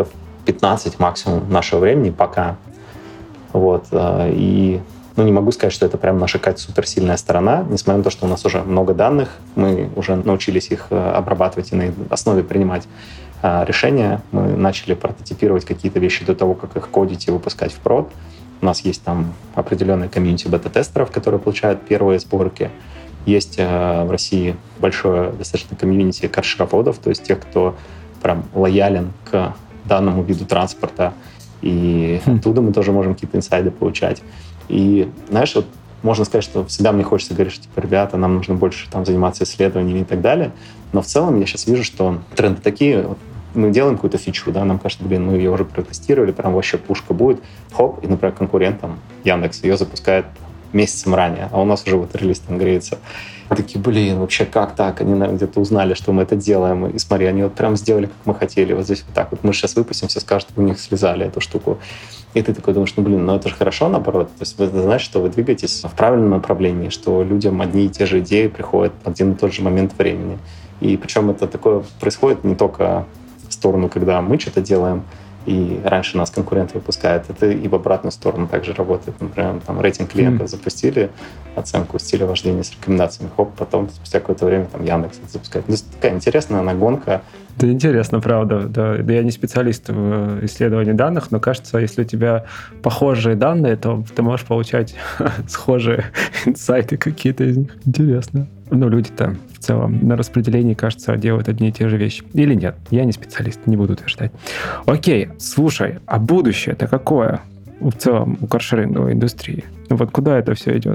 15% максимум нашего времени пока. Вот. И не могу сказать, что это прям наша какая-то суперсильная сторона, несмотря на то, что у нас уже много данных, мы уже научились их обрабатывать и на их основе принимать решения. Мы начали прототипировать какие-то вещи до того, как их кодить и выпускать в прод. У нас есть там определенная комьюнити бета-тестеров, которые получают первые сборки. Есть в России большое достаточно комьюнити каршероводов, то есть тех, кто прям лоялен к данному виду транспорта. И оттуда мы тоже можем какие-то инсайды получать. И, знаешь, вот можно сказать, что всегда мне хочется говорить, что, типа, ребята, нам нужно больше там заниматься исследованиями и так далее. Но в целом я сейчас вижу, что тренды такие. Вот мы делаем какую-то фичу, да, нам кажется, мы ее уже протестировали, прям вообще пушка будет. Хоп, и, например, конкурент, там, Яндекс, ее запускает месяцем ранее, а у нас уже вот релиз там греется. И такие, вообще как так? Они, наверное, где-то узнали, что мы это делаем. И смотри, они вот прям сделали, как мы хотели. Вот здесь вот так вот. Мы сейчас выпустим, все скажут, что у них слезали эту штуку. И ты такой думаешь, это же хорошо, наоборот. То есть это значит, что вы двигаетесь в правильном направлении, что людям одни и те же идеи приходят в один и тот же момент времени. И причем это такое происходит не только в сторону, когда мы что-то делаем, и раньше нас конкуренты выпускают, это и в обратную сторону также работает. Например, там рейтинг клиентов запустили, оценку стиля вождения с рекомендациями, потом спустя какое-то время там Яндекс это запускает. То есть такая интересная нагонка. Да, интересно, правда. Да, я не специалист в исследовании данных, но кажется, если у тебя похожие данные, то ты можешь получать схожие инсайты какие-то из них. Интересно. Люди-то в целом на распределении, кажется, делают одни и те же вещи. Или нет? Я не специалист, не буду утверждать. Окей, слушай, а будущее-то какое в целом у каршеринговой индустрии? Вот куда это все идет?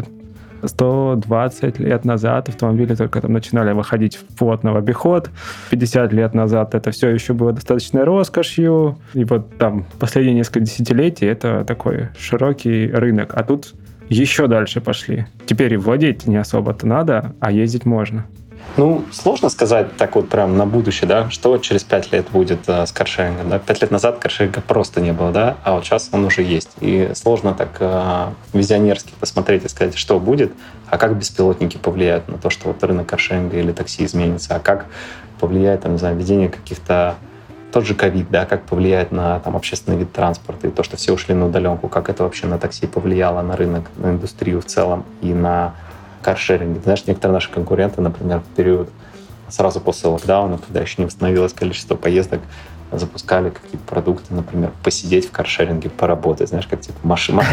120 лет назад автомобили только там начинали выходить плотно в обиход. 50 лет назад это все еще было достаточной роскошью. И вот там последние несколько десятилетий это такой широкий рынок. А тут еще дальше пошли. Теперь и владеть не особо-то надо, а ездить можно. Ну, сложно сказать так вот прям на будущее, да, что через 5 лет будет с каршерингом. Да? 5 лет назад каршеринга просто не было, да, а вот сейчас он уже есть. И сложно так визионерски посмотреть и сказать, что будет, а как беспилотники повлияют на то, что вот рынок каршеринга или такси изменится, а как повлияет, там, не знаю, введение каких-то тот же ковид, да, как повлияет на там, общественный вид транспорта и то, что все ушли на удаленку, как это вообще на такси повлияло на рынок, на индустрию в целом и на каршеринге. Знаешь, некоторые наши конкуренты, например, в период сразу после локдауна, когда еще не восстановилось количество поездок, запускали какие-то продукты, например, посидеть в каршеринге, поработать, знаешь, как типа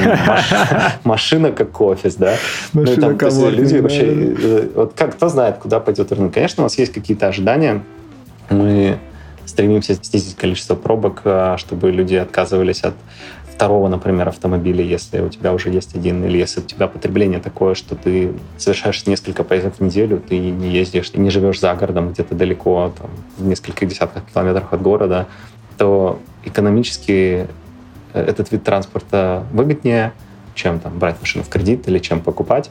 машина как офис, да? Ну, там, то есть люди вообще... Вот как, кто знает, куда пойдет рынок? Конечно, у нас есть какие-то ожидания. Мы стремимся снизить количество пробок, чтобы люди отказывались от второго, например, автомобиля, если у тебя уже есть один, или если у тебя потребление такое, что ты совершаешь несколько поездок в неделю, ты не ездишь, ты не живешь за городом, где-то далеко, там, в нескольких десятках километров от города, то экономически этот вид транспорта выгоднее, чем там, брать машину в кредит или чем покупать.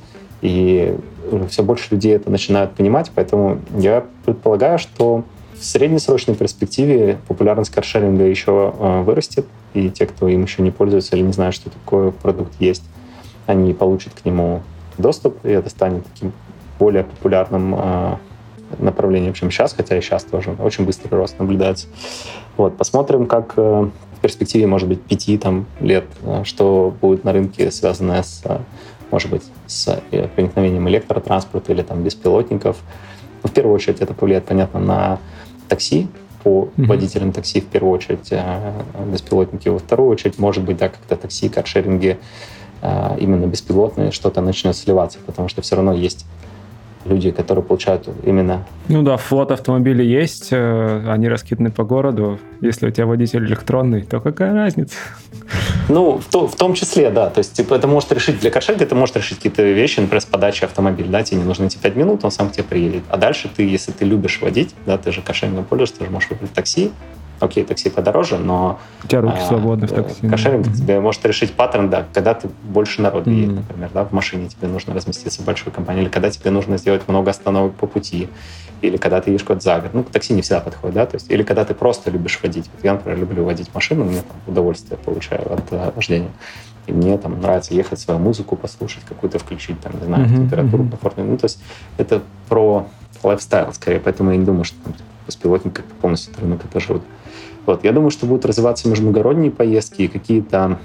И все больше людей это начинают понимать, поэтому я предполагаю, что в среднесрочной перспективе популярность каршеринга еще вырастет, и те, кто им еще не пользуется или не знают, что такой продукт есть, они получат к нему доступ, и это станет таким более популярным направлением, чем сейчас, хотя и сейчас тоже очень быстрый рост наблюдается. Вот, посмотрим, как в перспективе, может быть, 5 лет, что будет на рынке, связанное с, может быть, с проникновением электротранспорта или там беспилотников. В первую очередь это повлияет, понятно, на такси, по водителям такси в первую очередь, беспилотники. Во вторую очередь, может быть, да, когда такси, каршеринги, именно беспилотные, что-то начнет сливаться, потому что все равно есть люди, которые получают именно... Ну да, флот автомобилей есть, они раскиданы по городу. Если у тебя водитель электронный, то какая разница? Ну, в том числе, да. То есть, типа, это может решить для каршеринга, это может решить какие-то вещи, например, с подачей автомобиля. Да, тебе не нужно идти 5 минут, он сам к тебе приедет. А дальше ты, если ты любишь водить, да, ты же каршерингом пользуешься, ты же можешь выбрать такси. Окей, такси подороже, но... У тебя руки свободны в такси. Каршеринг тебе может решить паттерн, да, когда ты больше народу едет, например, да, в машине тебе нужно разместиться в большой компании, или когда тебе нужно сделать много остановок по пути, или когда ты едешь куда-то за город. Ну, такси не всегда подходит, да, то есть, или когда ты просто любишь водить. Вот я, например, люблю водить машину, мне там удовольствие получаю от вождения. И мне там нравится ехать, свою музыку послушать, какую-то включить, там, не знаю, температуру комфортную. Ну, то есть это про лайфстайл скорее, поэтому я не думаю, что там беспилотник как полностью этот рынок отожрут. Вот. Я думаю, что будут развиваться междугородние поездки и какие-то,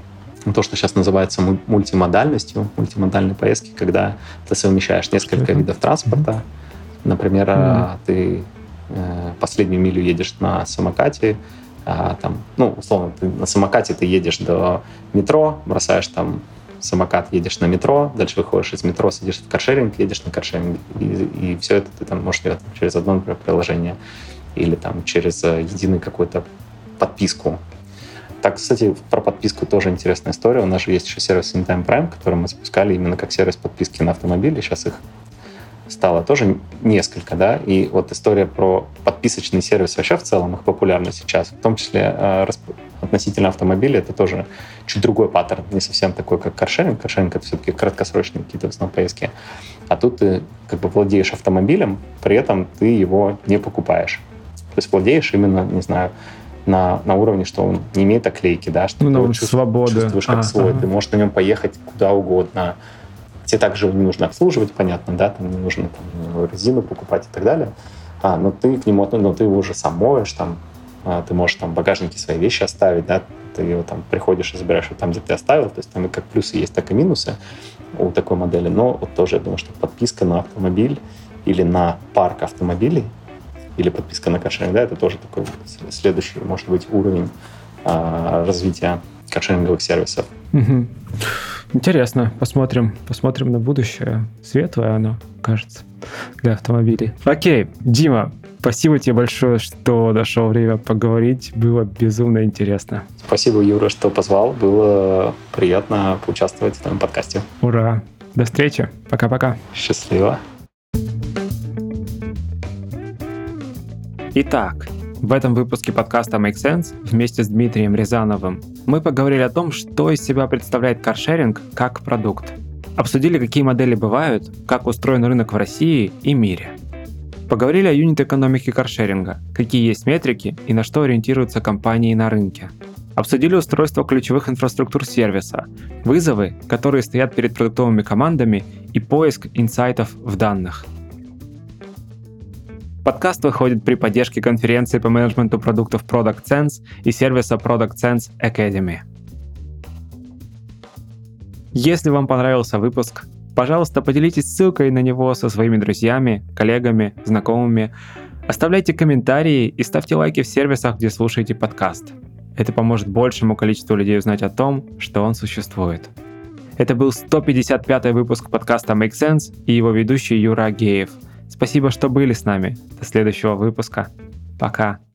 то, что сейчас называется мультимодальностью, мультимодальные поездки, когда ты совмещаешь несколько видов транспорта. Например, ты последнюю милю едешь на самокате, там, ну, условно, ты на самокате ты едешь до метро, бросаешь там самокат, едешь на метро, дальше выходишь из метро, садишься в каршеринг, едешь на каршеринг, и все это ты там можешь делать через одно, например, приложение или там через единую какую-то подписку. Так, кстати, про подписку тоже интересная история. У нас же есть еще сервис Anytime Prime, который мы запускали именно как сервис подписки на автомобили. Сейчас их стало тоже несколько, да, и вот история про подписочный сервис вообще в целом, их популярна сейчас, в том числе относительно автомобиля, это тоже чуть другой паттерн, не совсем такой, как каршеринг. Каршеринг — это все-таки краткосрочные какие-то в основном поездки. А тут ты как бы владеешь автомобилем, при этом ты его не покупаешь. То есть владеешь именно, не знаю, на уровне, что он не имеет оклейки, да, что ты чувствуешь как свой, ты можешь на нем поехать куда угодно. Тебе также не нужно обслуживать, понятно, да, там не нужно там, резину покупать и так далее. Но ты к нему, ты его уже сам моешь, там, ты можешь там в багажнике свои вещи оставить, да, ты его там приходишь и забираешь его там, где ты оставил, то есть там и как плюсы есть, так и минусы у такой модели. Но вот тоже я думаю, что подписка на автомобиль или на парк автомобилей или подписка на каршеринг, да, это тоже такой следующий, может быть, уровень развития каршеринговых сервисов. Угу. Интересно, посмотрим на будущее. Светлое оно, кажется, для автомобилей. Окей, Дима, спасибо тебе большое, что дошло время поговорить. Было безумно интересно. Спасибо, Юра, что позвал. Было приятно поучаствовать в твоем подкасте. Ура! До встречи. Пока-пока. Счастливо. Итак, в этом выпуске подкаста Make Sense вместе с Дмитрием Рязановым мы поговорили о том, что из себя представляет каршеринг как продукт. Обсудили, какие модели бывают, как устроен рынок в России и мире. Поговорили о юнит-экономике каршеринга, какие есть метрики и на что ориентируются компании на рынке. Обсудили устройство ключевых инфраструктур сервиса, вызовы, которые стоят перед продуктовыми командами и поиск инсайтов в данных. Подкаст выходит при поддержке конференции по менеджменту продуктов Product Sense и сервиса Product Sense Academy. Если вам понравился выпуск, пожалуйста, поделитесь ссылкой на него со своими друзьями, коллегами, знакомыми. Оставляйте комментарии и ставьте лайки в сервисах, где слушаете подкаст. Это поможет большему количеству людей узнать о том, что он существует. Это был 155-й выпуск подкаста Make Sense и его ведущий Юра Агеев. Спасибо, что были с нами. До следующего выпуска. Пока.